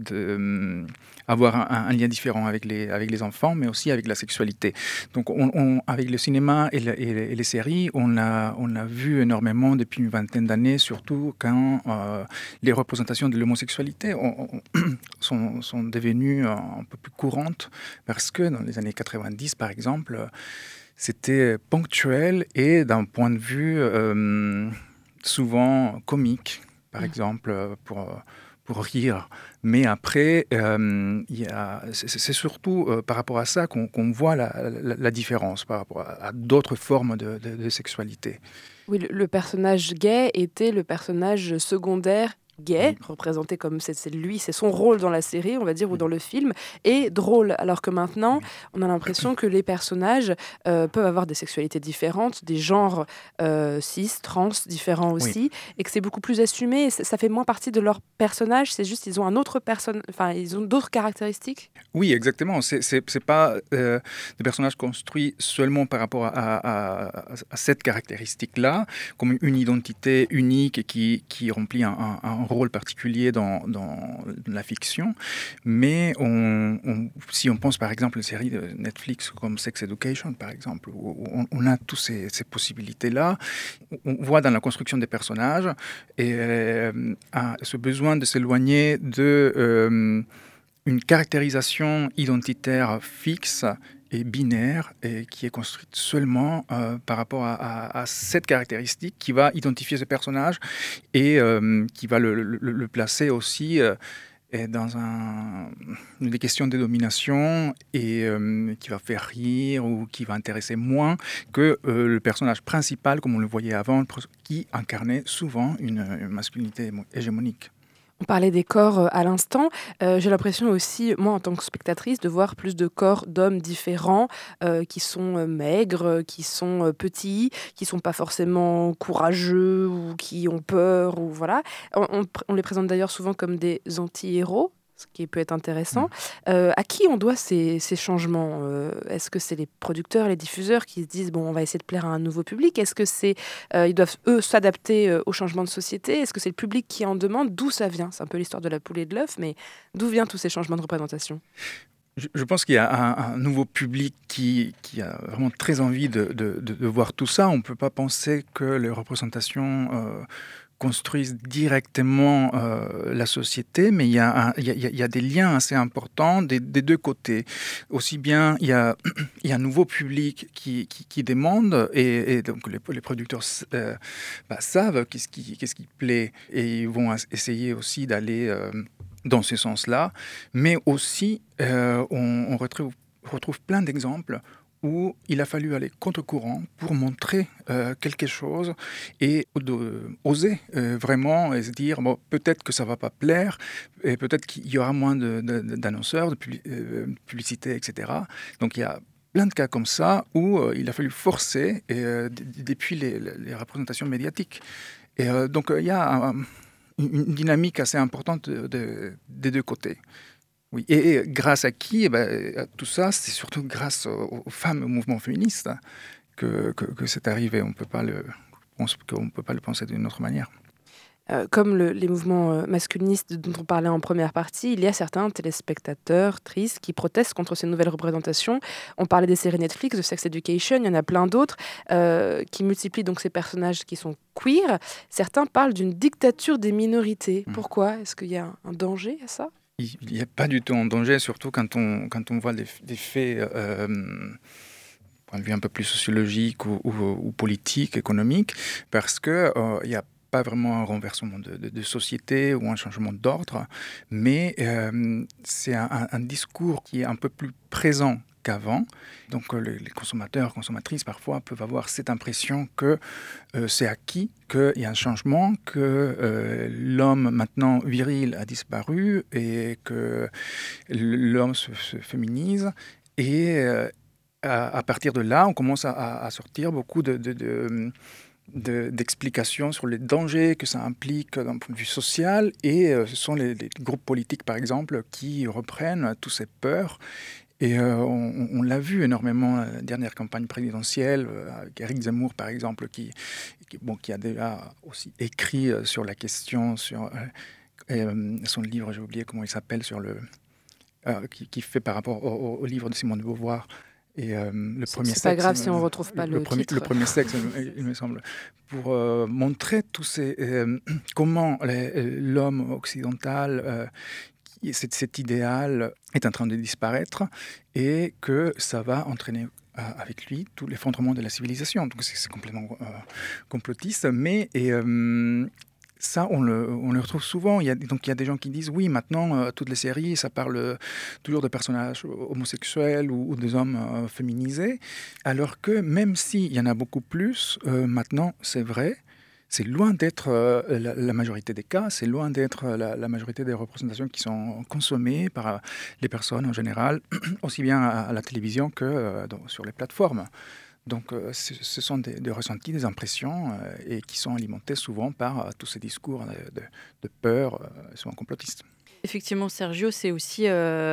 avoir un lien différent avec les enfants, mais aussi avec la sexualité. Donc, avec le cinéma et les séries, on a vu énormément depuis une vingtaine d'années, surtout quand les représentations de l'homosexualité sont devenues un peu plus courantes, parce que dans les années 90, par exemple, c'était ponctuel et d'un point de vue souvent comique, par exemple, pour rire. Mais après, c'est surtout par rapport à ça qu'on voit la différence par rapport à d'autres formes de sexualité. Oui, le personnage gay était le personnage secondaire gay, représenté comme c'est son rôle dans la série, on va dire, ou dans le film, et drôle. Alors que maintenant, on a l'impression que les personnages peuvent avoir des sexualités différentes, des genres cis, trans différents aussi, et que c'est beaucoup plus assumé. Ça fait moins partie de leur personnage. C'est juste ils ont ils ont d'autres caractéristiques. Oui, exactement. C'est pas des personnages construits seulement par rapport à cette caractéristique-là, comme une identité unique et qui remplit un rôle particulier dans la fiction, mais si on pense par exemple à une série de Netflix comme Sex Education, par exemple, où on a toutes ces possibilités-là, on voit dans la construction des personnages et ce besoin de s'éloigner de une caractérisation identitaire fixe et binaire et qui est construite seulement par rapport à cette caractéristique qui va identifier ce personnage et qui va le placer aussi dans des questions de domination et qui va faire rire ou qui va intéresser moins que le personnage principal, comme on le voyait avant, qui incarnait souvent une masculinité hégémonique. On parlait des corps à l'instant. J'ai l'impression aussi, moi en tant que spectatrice, de voir plus de corps d'hommes différents qui sont maigres, qui sont petits, qui sont pas forcément courageux ou qui ont peur. Ou voilà. On les présente d'ailleurs souvent comme des anti-héros, ce qui peut être intéressant. À qui on doit ces changements ? Est-ce que c'est les producteurs, les diffuseurs qui se disent bon, on va essayer de plaire à un nouveau public ? Est-ce que ils doivent eux s'adapter au changement de société ? Est-ce que c'est le public qui en demande ? D'où ça vient ? C'est un peu l'histoire de la poule et de l'œuf, mais d'où viennent tous ces changements de représentation ? Je pense qu'il y a un nouveau public qui a vraiment très envie de voir tout ça. On ne peut pas penser que les représentations construisent directement la société, mais il y a des liens assez importants des deux côtés. Aussi bien, il y a un nouveau public qui demande, et donc les producteurs savent qu'est-ce qui plaît, et ils vont essayer aussi d'aller dans ce sens-là. Mais aussi, on retrouve plein d'exemples où il a fallu aller contre-courant pour montrer quelque chose et oser vraiment se dire bon, peut-être que ça ne va pas plaire, et peut-être qu'il y aura moins d'annonceurs, de publicité, etc. Donc il y a plein de cas comme ça où il a fallu forcer depuis les représentations médiatiques. Et donc il y a une dynamique assez importante des deux côtés. Oui. Et grâce à qui tout ça, c'est surtout grâce aux femmes, au mouvement féministe que c'est arrivé. On ne peut pas le penser d'une autre manière. Comme les mouvements masculinistes dont on parlait en première partie, il y a certains téléspectateurs tristes qui protestent contre ces nouvelles représentations. On parlait des séries Netflix, de Sex Education, il y en a plein d'autres qui multiplient donc ces personnages qui sont queer. Certains parlent d'une dictature des minorités. Pourquoi ? Est-ce qu'il y a un danger à ça ? Il n'y a pas du tout un danger, surtout quand on voit des faits point de vue un peu plus sociologique ou politique, économique, parce qu'il n'y a pas vraiment un renversement de société ou un changement d'ordre, mais c'est un discours qui est un peu plus présent qu'avant. Donc les consommateurs, consommatrices parfois peuvent avoir cette impression que c'est acquis, qu'il y a un changement, que l'homme maintenant viril a disparu et que l'homme se féminise. Et à partir de là, on commence à sortir beaucoup d'explications sur les dangers que ça implique d'un point de vue social, et ce sont les groupes politiques, par exemple, qui reprennent toutes ces peurs. Et on l'a vu énormément dans la dernière campagne présidentielle, avec Éric Zemmour, par exemple, qui a déjà aussi écrit sur la question, sur son livre, j'ai oublié comment il s'appelle, qui fait par rapport au livre de Simone de Beauvoir. Et le premier sexe, c'est pas grave si on ne retrouve pas le titre. Le premier sexe, il me semble, pour montrer comment l'homme occidental, cet idéal est en train de disparaître et que ça va entraîner avec lui tout l'effondrement de la civilisation. Donc c'est complètement complotiste, mais ça, on le retrouve souvent. Il y a des gens qui disent oui, maintenant, toutes les séries, ça parle toujours de personnages homosexuels ou des hommes féminisés, alors que même s'il y en a beaucoup plus, maintenant, c'est vrai, c'est loin d'être la majorité des cas, c'est loin d'être la majorité des représentations qui sont consommées par les personnes en général, aussi bien à la télévision que sur les plateformes. Donc ce sont des ressentis, des impressions, et qui sont alimentés souvent par tous ces discours de peur, souvent complotistes. Effectivement, Sergio, c'est aussi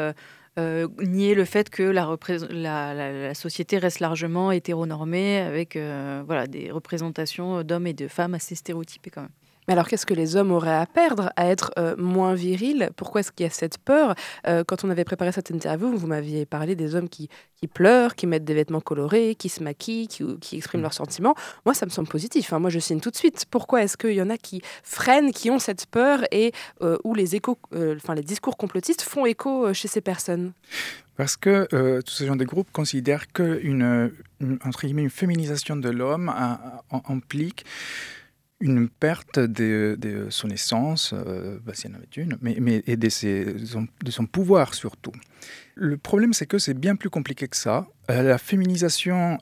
nier le fait que la société reste largement hétéronormée, avec des représentations d'hommes et de femmes assez stéréotypées quand même. Mais alors, qu'est-ce que les hommes auraient à perdre à être moins virils ? Pourquoi est-ce qu'il y a cette peur ? Quand on avait préparé cette interview, vous m'aviez parlé des hommes qui pleurent, qui mettent des vêtements colorés, qui se maquillent, qui expriment leurs sentiments. Moi, ça me semble positif. Moi, je signe tout de suite. Pourquoi est-ce qu'il y en a qui freinent, qui ont cette peur, et où les discours complotistes font écho chez ces personnes ? Parce que tous ces gens de groupes considèrent qu'une féminisation de l'homme implique une perte de son essence, s'il y en avait une, et de son pouvoir surtout. Le problème, c'est que c'est bien plus compliqué que ça. La féminisation,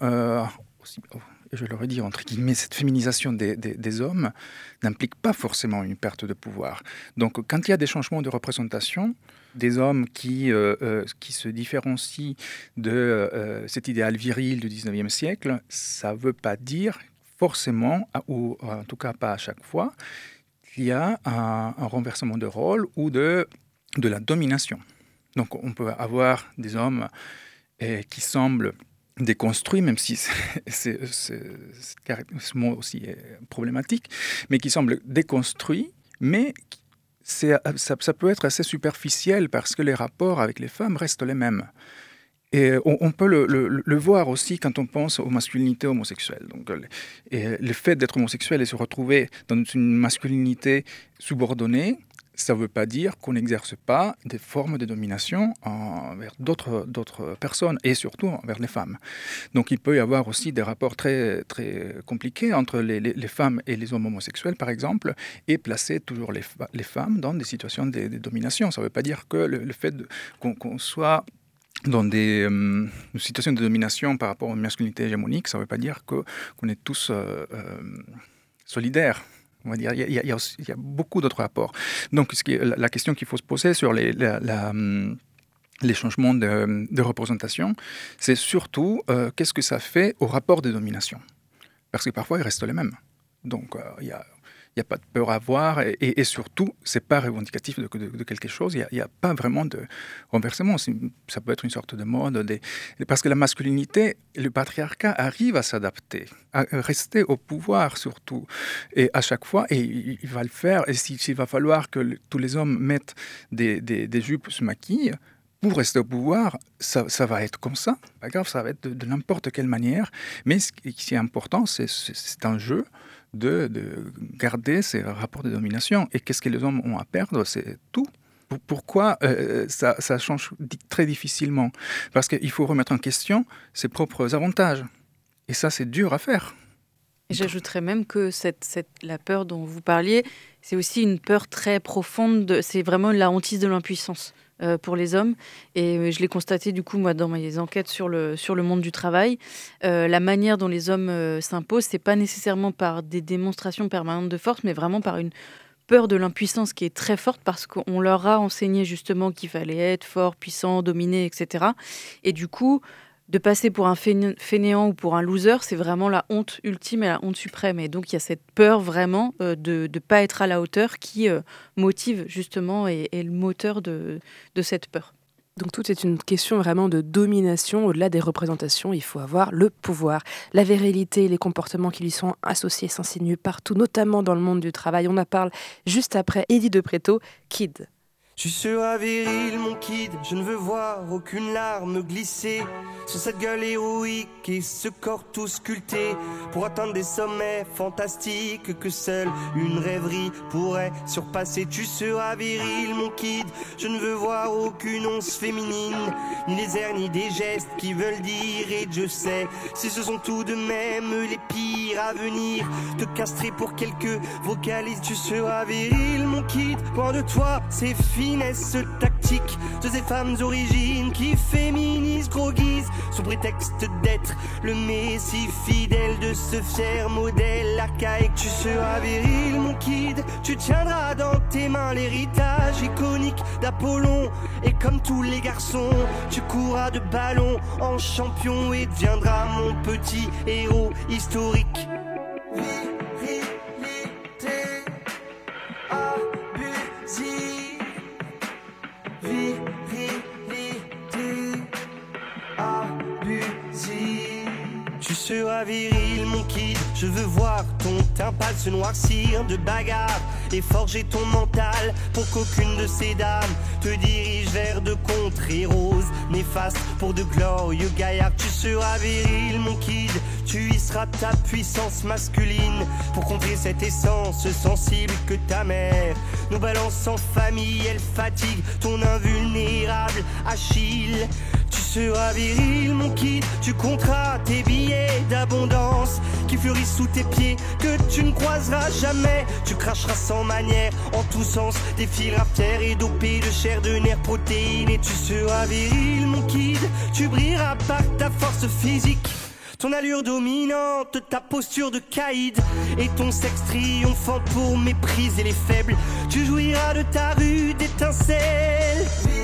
je l'aurais dit entre guillemets, cette féminisation des hommes n'implique pas forcément une perte de pouvoir. Donc quand il y a des changements de représentation, des hommes qui se différencient de cet idéal viril du 19e siècle, ça ne veut pas dire forcément, ou en tout cas pas à chaque fois, qu'il y a un renversement de rôle ou de la domination. Donc on peut avoir des hommes qui semblent déconstruits, même si ce mot aussi est problématique, mais qui semblent déconstruits, mais ça peut être assez superficiel parce que les rapports avec les femmes restent les mêmes. Et on peut le voir aussi quand on pense aux masculinités homosexuelles. Donc, le fait d'être homosexuel et se retrouver dans une masculinité subordonnée, ça ne veut pas dire qu'on n'exerce pas des formes de domination envers d'autres personnes, et surtout envers les femmes. Donc il peut y avoir aussi des rapports très, très compliqués entre les femmes et les hommes homosexuels, par exemple, et placer toujours les femmes dans des situations de domination. Ça ne veut pas dire que le fait qu'on soit dans des situations de domination par rapport à une masculinité hégémonique, ça ne veut pas dire qu'on est tous solidaires. On va dire, il y a beaucoup d'autres rapports. Donc, la question qu'il faut se poser sur les changements de représentation, c'est surtout qu'est-ce que ça fait au rapport de domination. Parce que parfois, ils restent les mêmes. Donc, il n'y a pas de peur à avoir, et surtout, ce n'est pas revendicatif de quelque chose. Il n'y a pas vraiment de renversement. Ça peut être une sorte de mode. Parce que la masculinité, le patriarcat arrive à s'adapter, à rester au pouvoir surtout. Et à chaque fois, et il va le faire. Et s'il va falloir que tous les hommes mettent des jupes, se maquillent, pour rester au pouvoir, ça va être comme ça. Pas grave, ça va être de n'importe quelle manière. Mais ce qui est important, c'est un jeu de garder ces rapports de domination. Et qu'est-ce que les hommes ont à perdre ? C'est tout. Pourquoi ça change très difficilement ? Parce qu'il faut remettre en question ses propres avantages. Et ça, c'est dur à faire. Et j'ajouterais même que la peur dont vous parliez, c'est aussi une peur très profonde. C'est vraiment la hantise de l'impuissance pour les hommes. Et je l'ai constaté du coup, moi, dans mes enquêtes sur le monde du travail. La manière dont les hommes s'imposent, c'est pas nécessairement par des démonstrations permanentes de force, mais vraiment par une peur de l'impuissance qui est très forte, parce qu'on leur a enseigné justement qu'il fallait être fort, puissant, dominé, etc. Et du coup, de passer pour un fainéant ou pour un loser, c'est vraiment la honte ultime et la honte suprême. Et donc, il y a cette peur vraiment de ne pas être à la hauteur qui motive justement et est le moteur de cette peur. Donc tout est une question vraiment de domination. Au-delà des représentations, il faut avoir le pouvoir. La virilité et les comportements qui lui sont associés s'insinuent partout, notamment dans le monde du travail. On en parle juste après Eddie de Pretto, Kid. Tu seras viril, mon kid, je ne veux voir aucune larme glisser sur cette gueule héroïque et ce corps tout sculpté pour atteindre des sommets fantastiques que seule une rêverie pourrait surpasser. Tu seras viril, mon kid, je ne veux voir aucune once féminine, ni les airs ni des gestes qui veulent dire et je sais si ce sont tout de même les pires à venir, te castrer pour quelques vocalises. Tu seras viril, mon kid, loin de toi c'est finesse tactique de ces femmes origines qui féminisent, gros guise sous prétexte d'être le messie fidèle de ce fier modèle archaïque. Tu seras viril, mon kid, tu tiendras dans tes mains l'héritage iconique d'Apollon et comme tous les garçons tu courras de ballon en champion et deviendras mon petit héros historique. Tu seras viril, mon kid, je veux voir ton teint pâle se noircir de bagarre et forger ton mental pour qu'aucune de ces dames te dirige vers de contrées roses néfastes pour de glorieux gaillards. Tu seras viril, mon kid, tu hisseras ta puissance masculine pour contrer cette essence sensible que ta mère nous balance en famille. Elle fatigue ton invulnérable Achille. Tu seras viril, mon kid, tu compteras tes billets d'abondance qui fleurissent sous tes pieds, que tu ne croiseras jamais. Tu cracheras sans manière en tous sens des fils artères et dopés de chair, de nerfs, protéines. Et tu seras viril, mon kid, tu brilleras par ta force physique, ton allure dominante, ta posture de caïd et ton sexe triomphant pour mépriser les faibles. Tu jouiras de ta rude étincelle.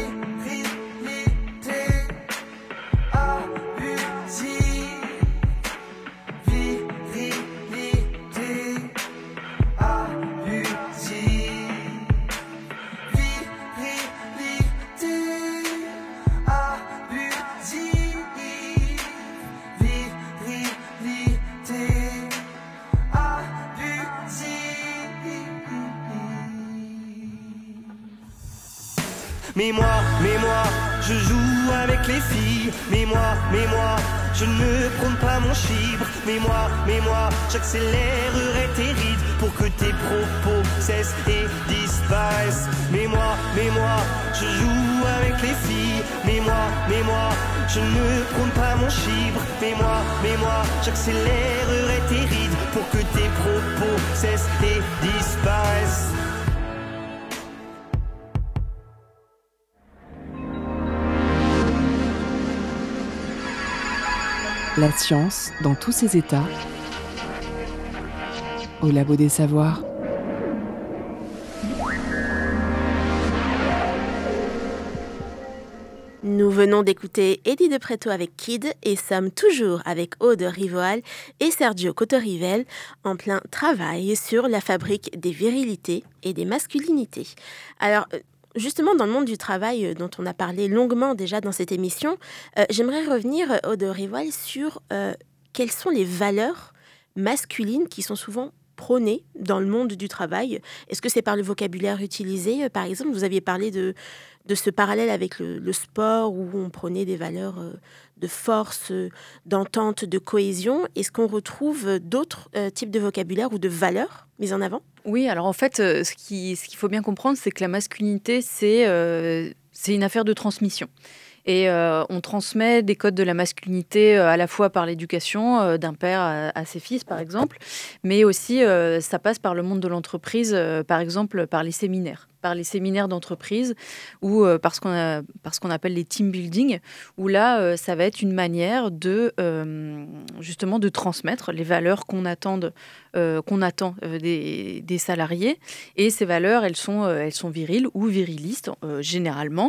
Mais moi, je joue avec les filles. Mais moi, je ne prône pas mon chibre. Mais moi, j'accélérerai tes rides pour que tes propos cessent et disparaissent. Mais moi, je joue avec les filles. Mais moi, je ne prône pas mon chibre. Mais moi, j'accélérerai tes rides pour que tes propos cessent et disparaissent. La science dans tous ses états, au Labo des Savoirs. Nous venons d'écouter Eddie de Pretto avec Kid et sommes toujours avec Aude Rivoal et Sergio Cotorivel en plein travail sur la fabrique des virilités et des masculinités. Alors, justement, dans le monde du travail dont on a parlé longuement déjà dans cette émission, j'aimerais revenir, Aude Rivoal, sur quelles sont les valeurs masculines qui sont souvent prônées dans le monde du travail. Est-ce que c'est par le vocabulaire utilisé? Par exemple, vous aviez parlé de ce parallèle avec le sport où on prônait des valeurs de force, d'entente, de cohésion. Est-ce qu'on retrouve d'autres types de vocabulaire ou de valeurs mises en avant? Oui, alors en fait, ce qu'il faut bien comprendre, c'est que la masculinité, c'est une affaire de transmission. Et on transmet des codes de la masculinité à la fois par l'éducation d'un père à ses fils, par exemple, mais aussi ça passe par le monde de l'entreprise, par exemple par les séminaires. par les séminaires d'entreprise ou par ce qu'on appelle les team building, où là, ça va être une manière justement de transmettre les valeurs qu'on attend des salariés. Et ces valeurs, elles sont viriles ou virilistes, généralement,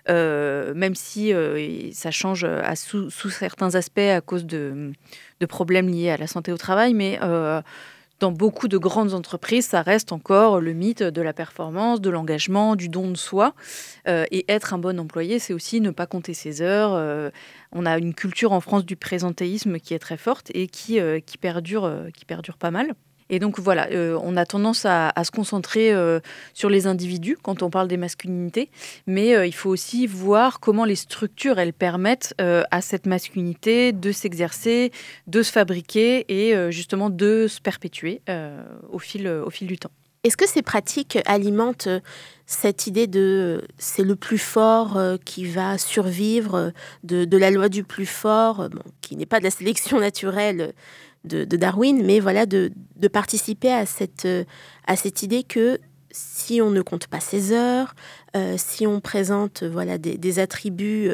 même si ça change sous certains aspects à cause de problèmes liés à la santé au travail, mais dans beaucoup de grandes entreprises, ça reste encore le mythe de la performance, de l'engagement, du don de soi. Et être un bon employé, c'est aussi ne pas compter ses heures. On a une culture en France du présentéisme qui est très forte et qui perdure pas mal. Et donc voilà, on a tendance à se concentrer sur les individus quand on parle des masculinités, mais il faut aussi voir comment les structures, elles permettent à cette masculinité de s'exercer, de se fabriquer et justement de se perpétuer au fil du temps. Est-ce que ces pratiques alimentent cette idée de c'est le plus fort qui va survivre, de la loi du plus fort, qui n'est pas de la sélection naturelle de Darwin, mais voilà, de participer à cette idée que si on ne compte pas ses heures, si on présente des attributs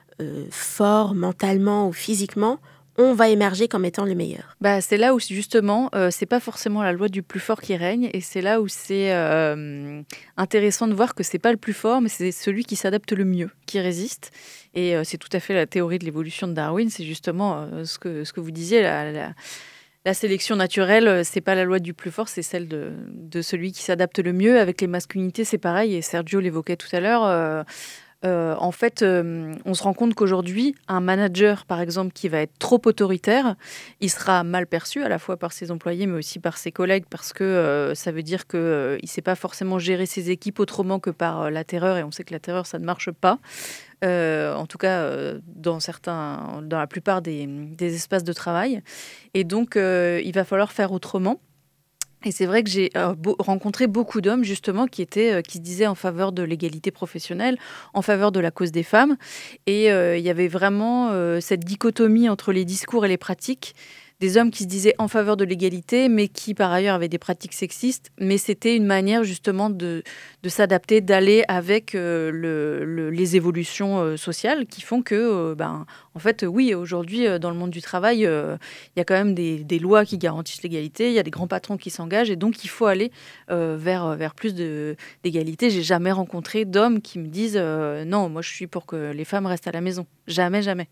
forts mentalement ou physiquement, on va émerger comme étant le meilleur. C'est là où justement, c'est pas forcément la loi du plus fort qui règne, et c'est là où c'est intéressant de voir que c'est pas le plus fort, mais c'est celui qui s'adapte le mieux, qui résiste. Et c'est tout à fait la théorie de l'évolution de Darwin. C'est justement ce que vous disiez, la sélection naturelle, c'est pas la loi du plus fort, c'est celle de celui qui s'adapte le mieux. Avec les masculinités, c'est pareil, et Sergio l'évoquait tout à l'heure. En fait, on se rend compte qu'aujourd'hui, un manager, par exemple, qui va être trop autoritaire, il sera mal perçu à la fois par ses employés, mais aussi par ses collègues, parce que ça veut dire qu'il ne sait pas forcément gérer ses équipes autrement que par la terreur, et on sait que la terreur, ça ne marche pas. En tout cas, dans la plupart des espaces de travail. Et donc, il va falloir faire autrement. Et c'est vrai que j'ai rencontré beaucoup d'hommes, justement, qui se disaient en faveur de l'égalité professionnelle, en faveur de la cause des femmes. Et il y avait vraiment cette dichotomie entre les discours et les pratiques. Des hommes qui se disaient en faveur de l'égalité, mais qui, par ailleurs, avaient des pratiques sexistes. Mais c'était une manière, justement, de s'adapter, d'aller avec les évolutions sociales qui font que, en fait, oui, aujourd'hui, dans le monde du travail, il y a quand même des lois qui garantissent l'égalité, il y a des grands patrons qui s'engagent, et donc il faut aller vers plus d'égalité. J'ai jamais rencontré d'hommes qui me disent non, moi je suis pour que les femmes restent à la maison. Jamais, jamais.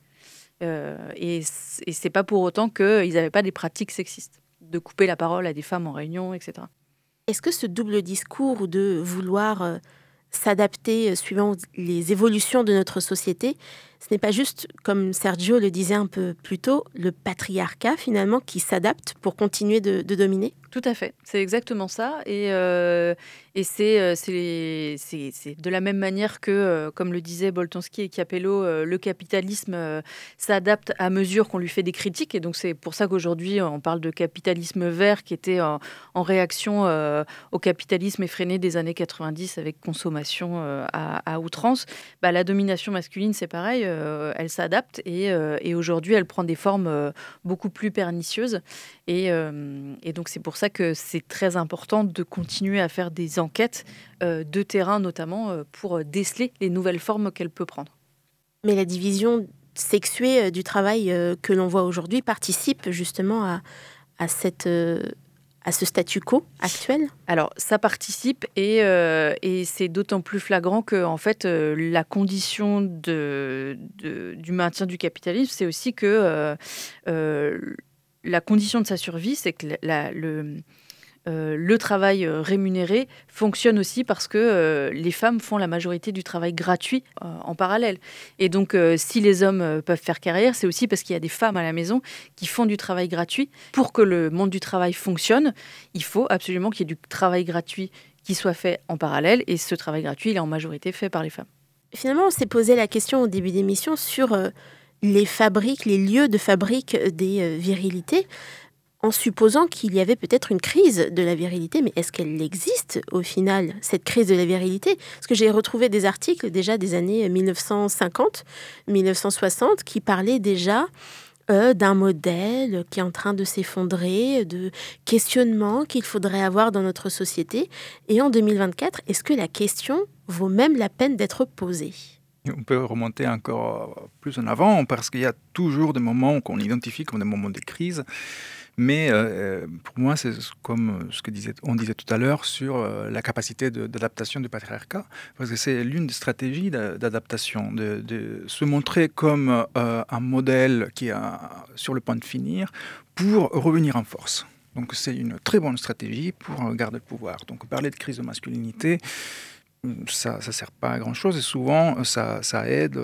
Et c'est pas pour autant qu'ils n'avaient pas des pratiques sexistes, de couper la parole à des femmes en réunion, etc. Est-ce que ce double discours de vouloir s'adapter suivant les évolutions de notre société, ce n'est pas juste, comme Sergio le disait un peu plus tôt, le patriarcat finalement qui s'adapte pour continuer de dominer ? Tout à fait, c'est exactement ça. Et c'est de la même manière que, comme le disaient Boltanski et Capello, le capitalisme s'adapte à mesure qu'on lui fait des critiques. Et donc c'est pour ça qu'aujourd'hui, on parle de capitalisme vert qui était en réaction au capitalisme effréné des années 90 avec consommation à outrance. La domination masculine, c'est pareil, elle s'adapte et aujourd'hui, elle prend des formes beaucoup plus pernicieuses. Et donc c'est pour ça que c'est très important de continuer à faire des enquêtes de terrain, notamment pour déceler les nouvelles formes qu'elle peut prendre. Mais la division sexuée du travail que l'on voit aujourd'hui participe justement à ce statu quo actuel ? Alors, ça participe et c'est d'autant plus flagrant que, en fait, la condition du maintien du capitalisme, c'est aussi que la condition de sa survie, c'est que le travail rémunéré fonctionne aussi parce que les femmes font la majorité du travail gratuit en parallèle. Et donc, si les hommes peuvent faire carrière, c'est aussi parce qu'il y a des femmes à la maison qui font du travail gratuit. Pour que le monde du travail fonctionne, il faut absolument qu'il y ait du travail gratuit qui soit fait en parallèle. Et ce travail gratuit, il est en majorité fait par les femmes. Finalement, on s'est posé la question au début d'émission sur les fabriques, les lieux de fabrique des virilités, en supposant qu'il y avait peut-être une crise de la virilité. Mais est-ce qu'elle existe au final, cette crise de la virilité ? Parce que j'ai retrouvé des articles déjà des années 1950, 1960 qui parlaient déjà d'un modèle qui est en train de s'effondrer, de questionnements qu'il faudrait avoir dans notre société. Et en 2024, est-ce que la question vaut même la peine d'être posée ? On peut remonter encore plus en avant parce qu'il y a toujours des moments qu'on identifie comme des moments de crise. Mais pour moi, c'est comme ce on disait tout à l'heure sur la capacité d'adaptation du patriarcat, parce que c'est l'une des stratégies d'adaptation, de se montrer comme un modèle qui est sur le point de finir pour revenir en force. Donc c'est une très bonne stratégie pour garder le pouvoir. Donc parler de crise de masculinité, ça ne sert pas à grand-chose et souvent ça aide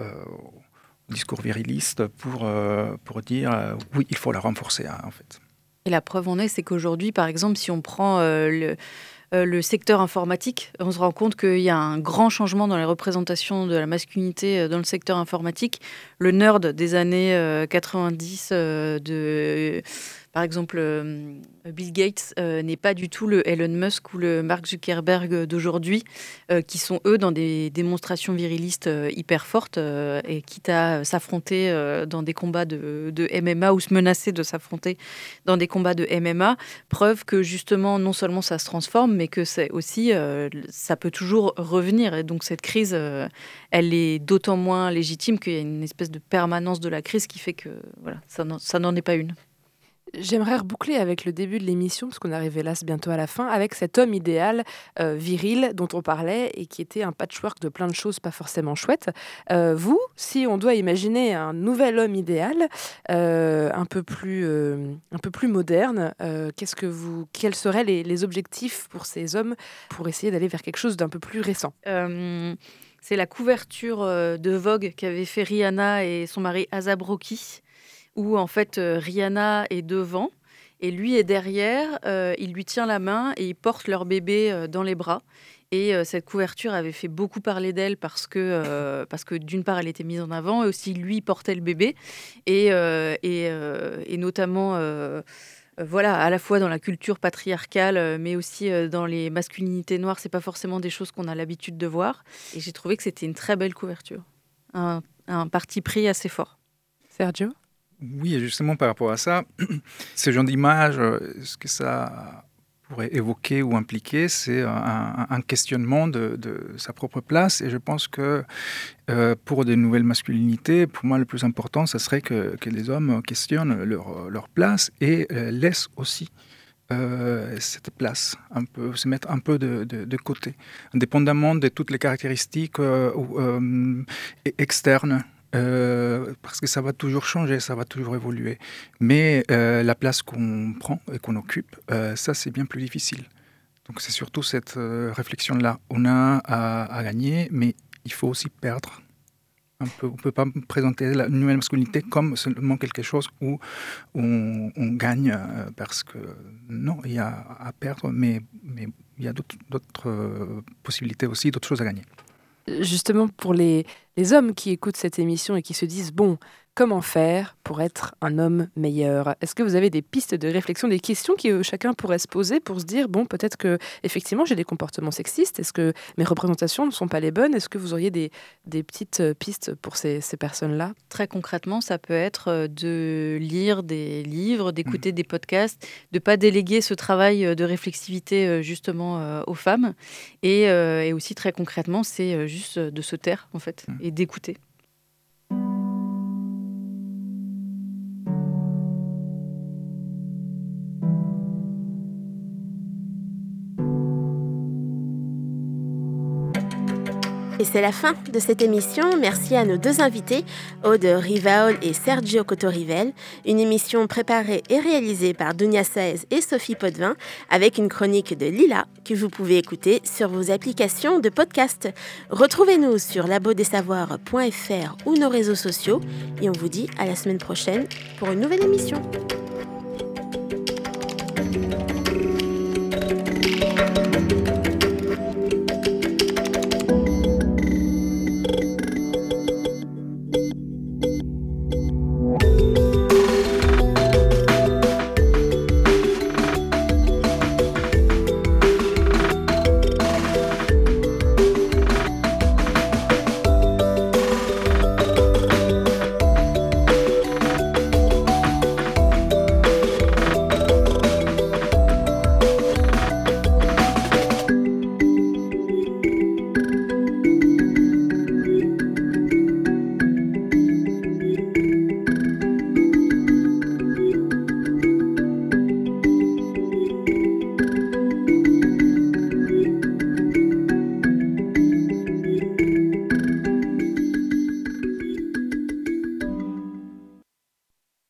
au discours viriliste pour dire oui, il faut la renforcer en fait. Et la preuve en est, c'est qu'aujourd'hui, par exemple, si on prend le secteur informatique, on se rend compte qu'il y a un grand changement dans les représentations de la masculinité dans le secteur informatique. Le nerd des années 90 par exemple, Bill Gates n'est pas du tout le Elon Musk ou le Mark Zuckerberg d'aujourd'hui, qui sont, eux, dans des démonstrations virilistes hyper fortes et quitte à s'affronter dans des combats de MMA ou se menacer de s'affronter dans des combats de MMA. Preuve que, justement, non seulement ça se transforme, mais que c'est aussi, ça peut toujours revenir. Et donc, cette crise, elle est d'autant moins légitime qu'il y a une espèce de permanence de la crise qui fait que voilà, ça n'en est pas une. J'aimerais reboucler avec le début de l'émission, parce qu'on arrive hélas bientôt à la fin, avec cet homme idéal viril dont on parlait et qui était un patchwork de plein de choses pas forcément chouettes. Vous, si on doit imaginer un nouvel homme idéal, un peu plus moderne, quels seraient les objectifs pour ces hommes pour essayer d'aller vers quelque chose d'un peu plus récent ? C'est la couverture de Vogue qu'avaient fait Rihanna et son mari ASAP Rocky, où en fait Rihanna est devant et lui est derrière, il lui tient la main et ils portent leur bébé dans les bras. Et cette couverture avait fait beaucoup parler d'elle parce que d'une part elle était mise en avant et aussi lui portait le bébé et notamment voilà, à la fois dans la culture patriarcale mais aussi dans les masculinités noires, c'est pas forcément des choses qu'on a l'habitude de voir et j'ai trouvé que c'était une très belle couverture, un parti pris assez fort. Sergio ? Oui, et justement par rapport à ça, ce genre d'image, ce que ça pourrait évoquer ou impliquer, c'est un questionnement de sa propre place. Et je pense que pour des nouvelles masculinités, pour moi le plus important, ça serait que les hommes questionnent leur place et laissent aussi cette place, se mettre un peu de côté, indépendamment de toutes les caractéristiques externes. Parce que ça va toujours changer, ça va toujours évoluer. Mais la place qu'on prend et qu'on occupe, ça c'est bien plus difficile. Donc c'est surtout cette réflexion-là. On a à gagner, mais il faut aussi perdre. On ne peut pas présenter la nouvelle masculinité comme seulement quelque chose où on gagne, parce que non, il y a à perdre, mais il y a d'autres possibilités aussi, d'autres choses à gagner. Justement, pour les hommes qui écoutent cette émission et qui se disent « Bon, comment faire pour être un homme meilleur ?» Est-ce que vous avez des pistes de réflexion, des questions que chacun pourrait se poser pour se dire « Bon, peut-être que effectivement j'ai des comportements sexistes. Est-ce que mes représentations ne sont pas les bonnes ?» Est-ce que vous auriez des petites pistes pour ces personnes-là ? Très concrètement, ça peut être de lire des livres, d'écouter des podcasts, de ne pas déléguer ce travail de réflexivité justement aux femmes. Et aussi très concrètement, c'est juste de se taire en fait et d'écouter. Et c'est la fin de cette émission. Merci à nos deux invités, Aude Rivaol et Sergio Cotorivel. Une émission préparée et réalisée par Dunia Saez et Sophie Potvin, avec une chronique de Lila que vous pouvez écouter sur vos applications de podcast. Retrouvez-nous sur labodesavoirs.fr ou nos réseaux sociaux. Et on vous dit à la semaine prochaine pour une nouvelle émission.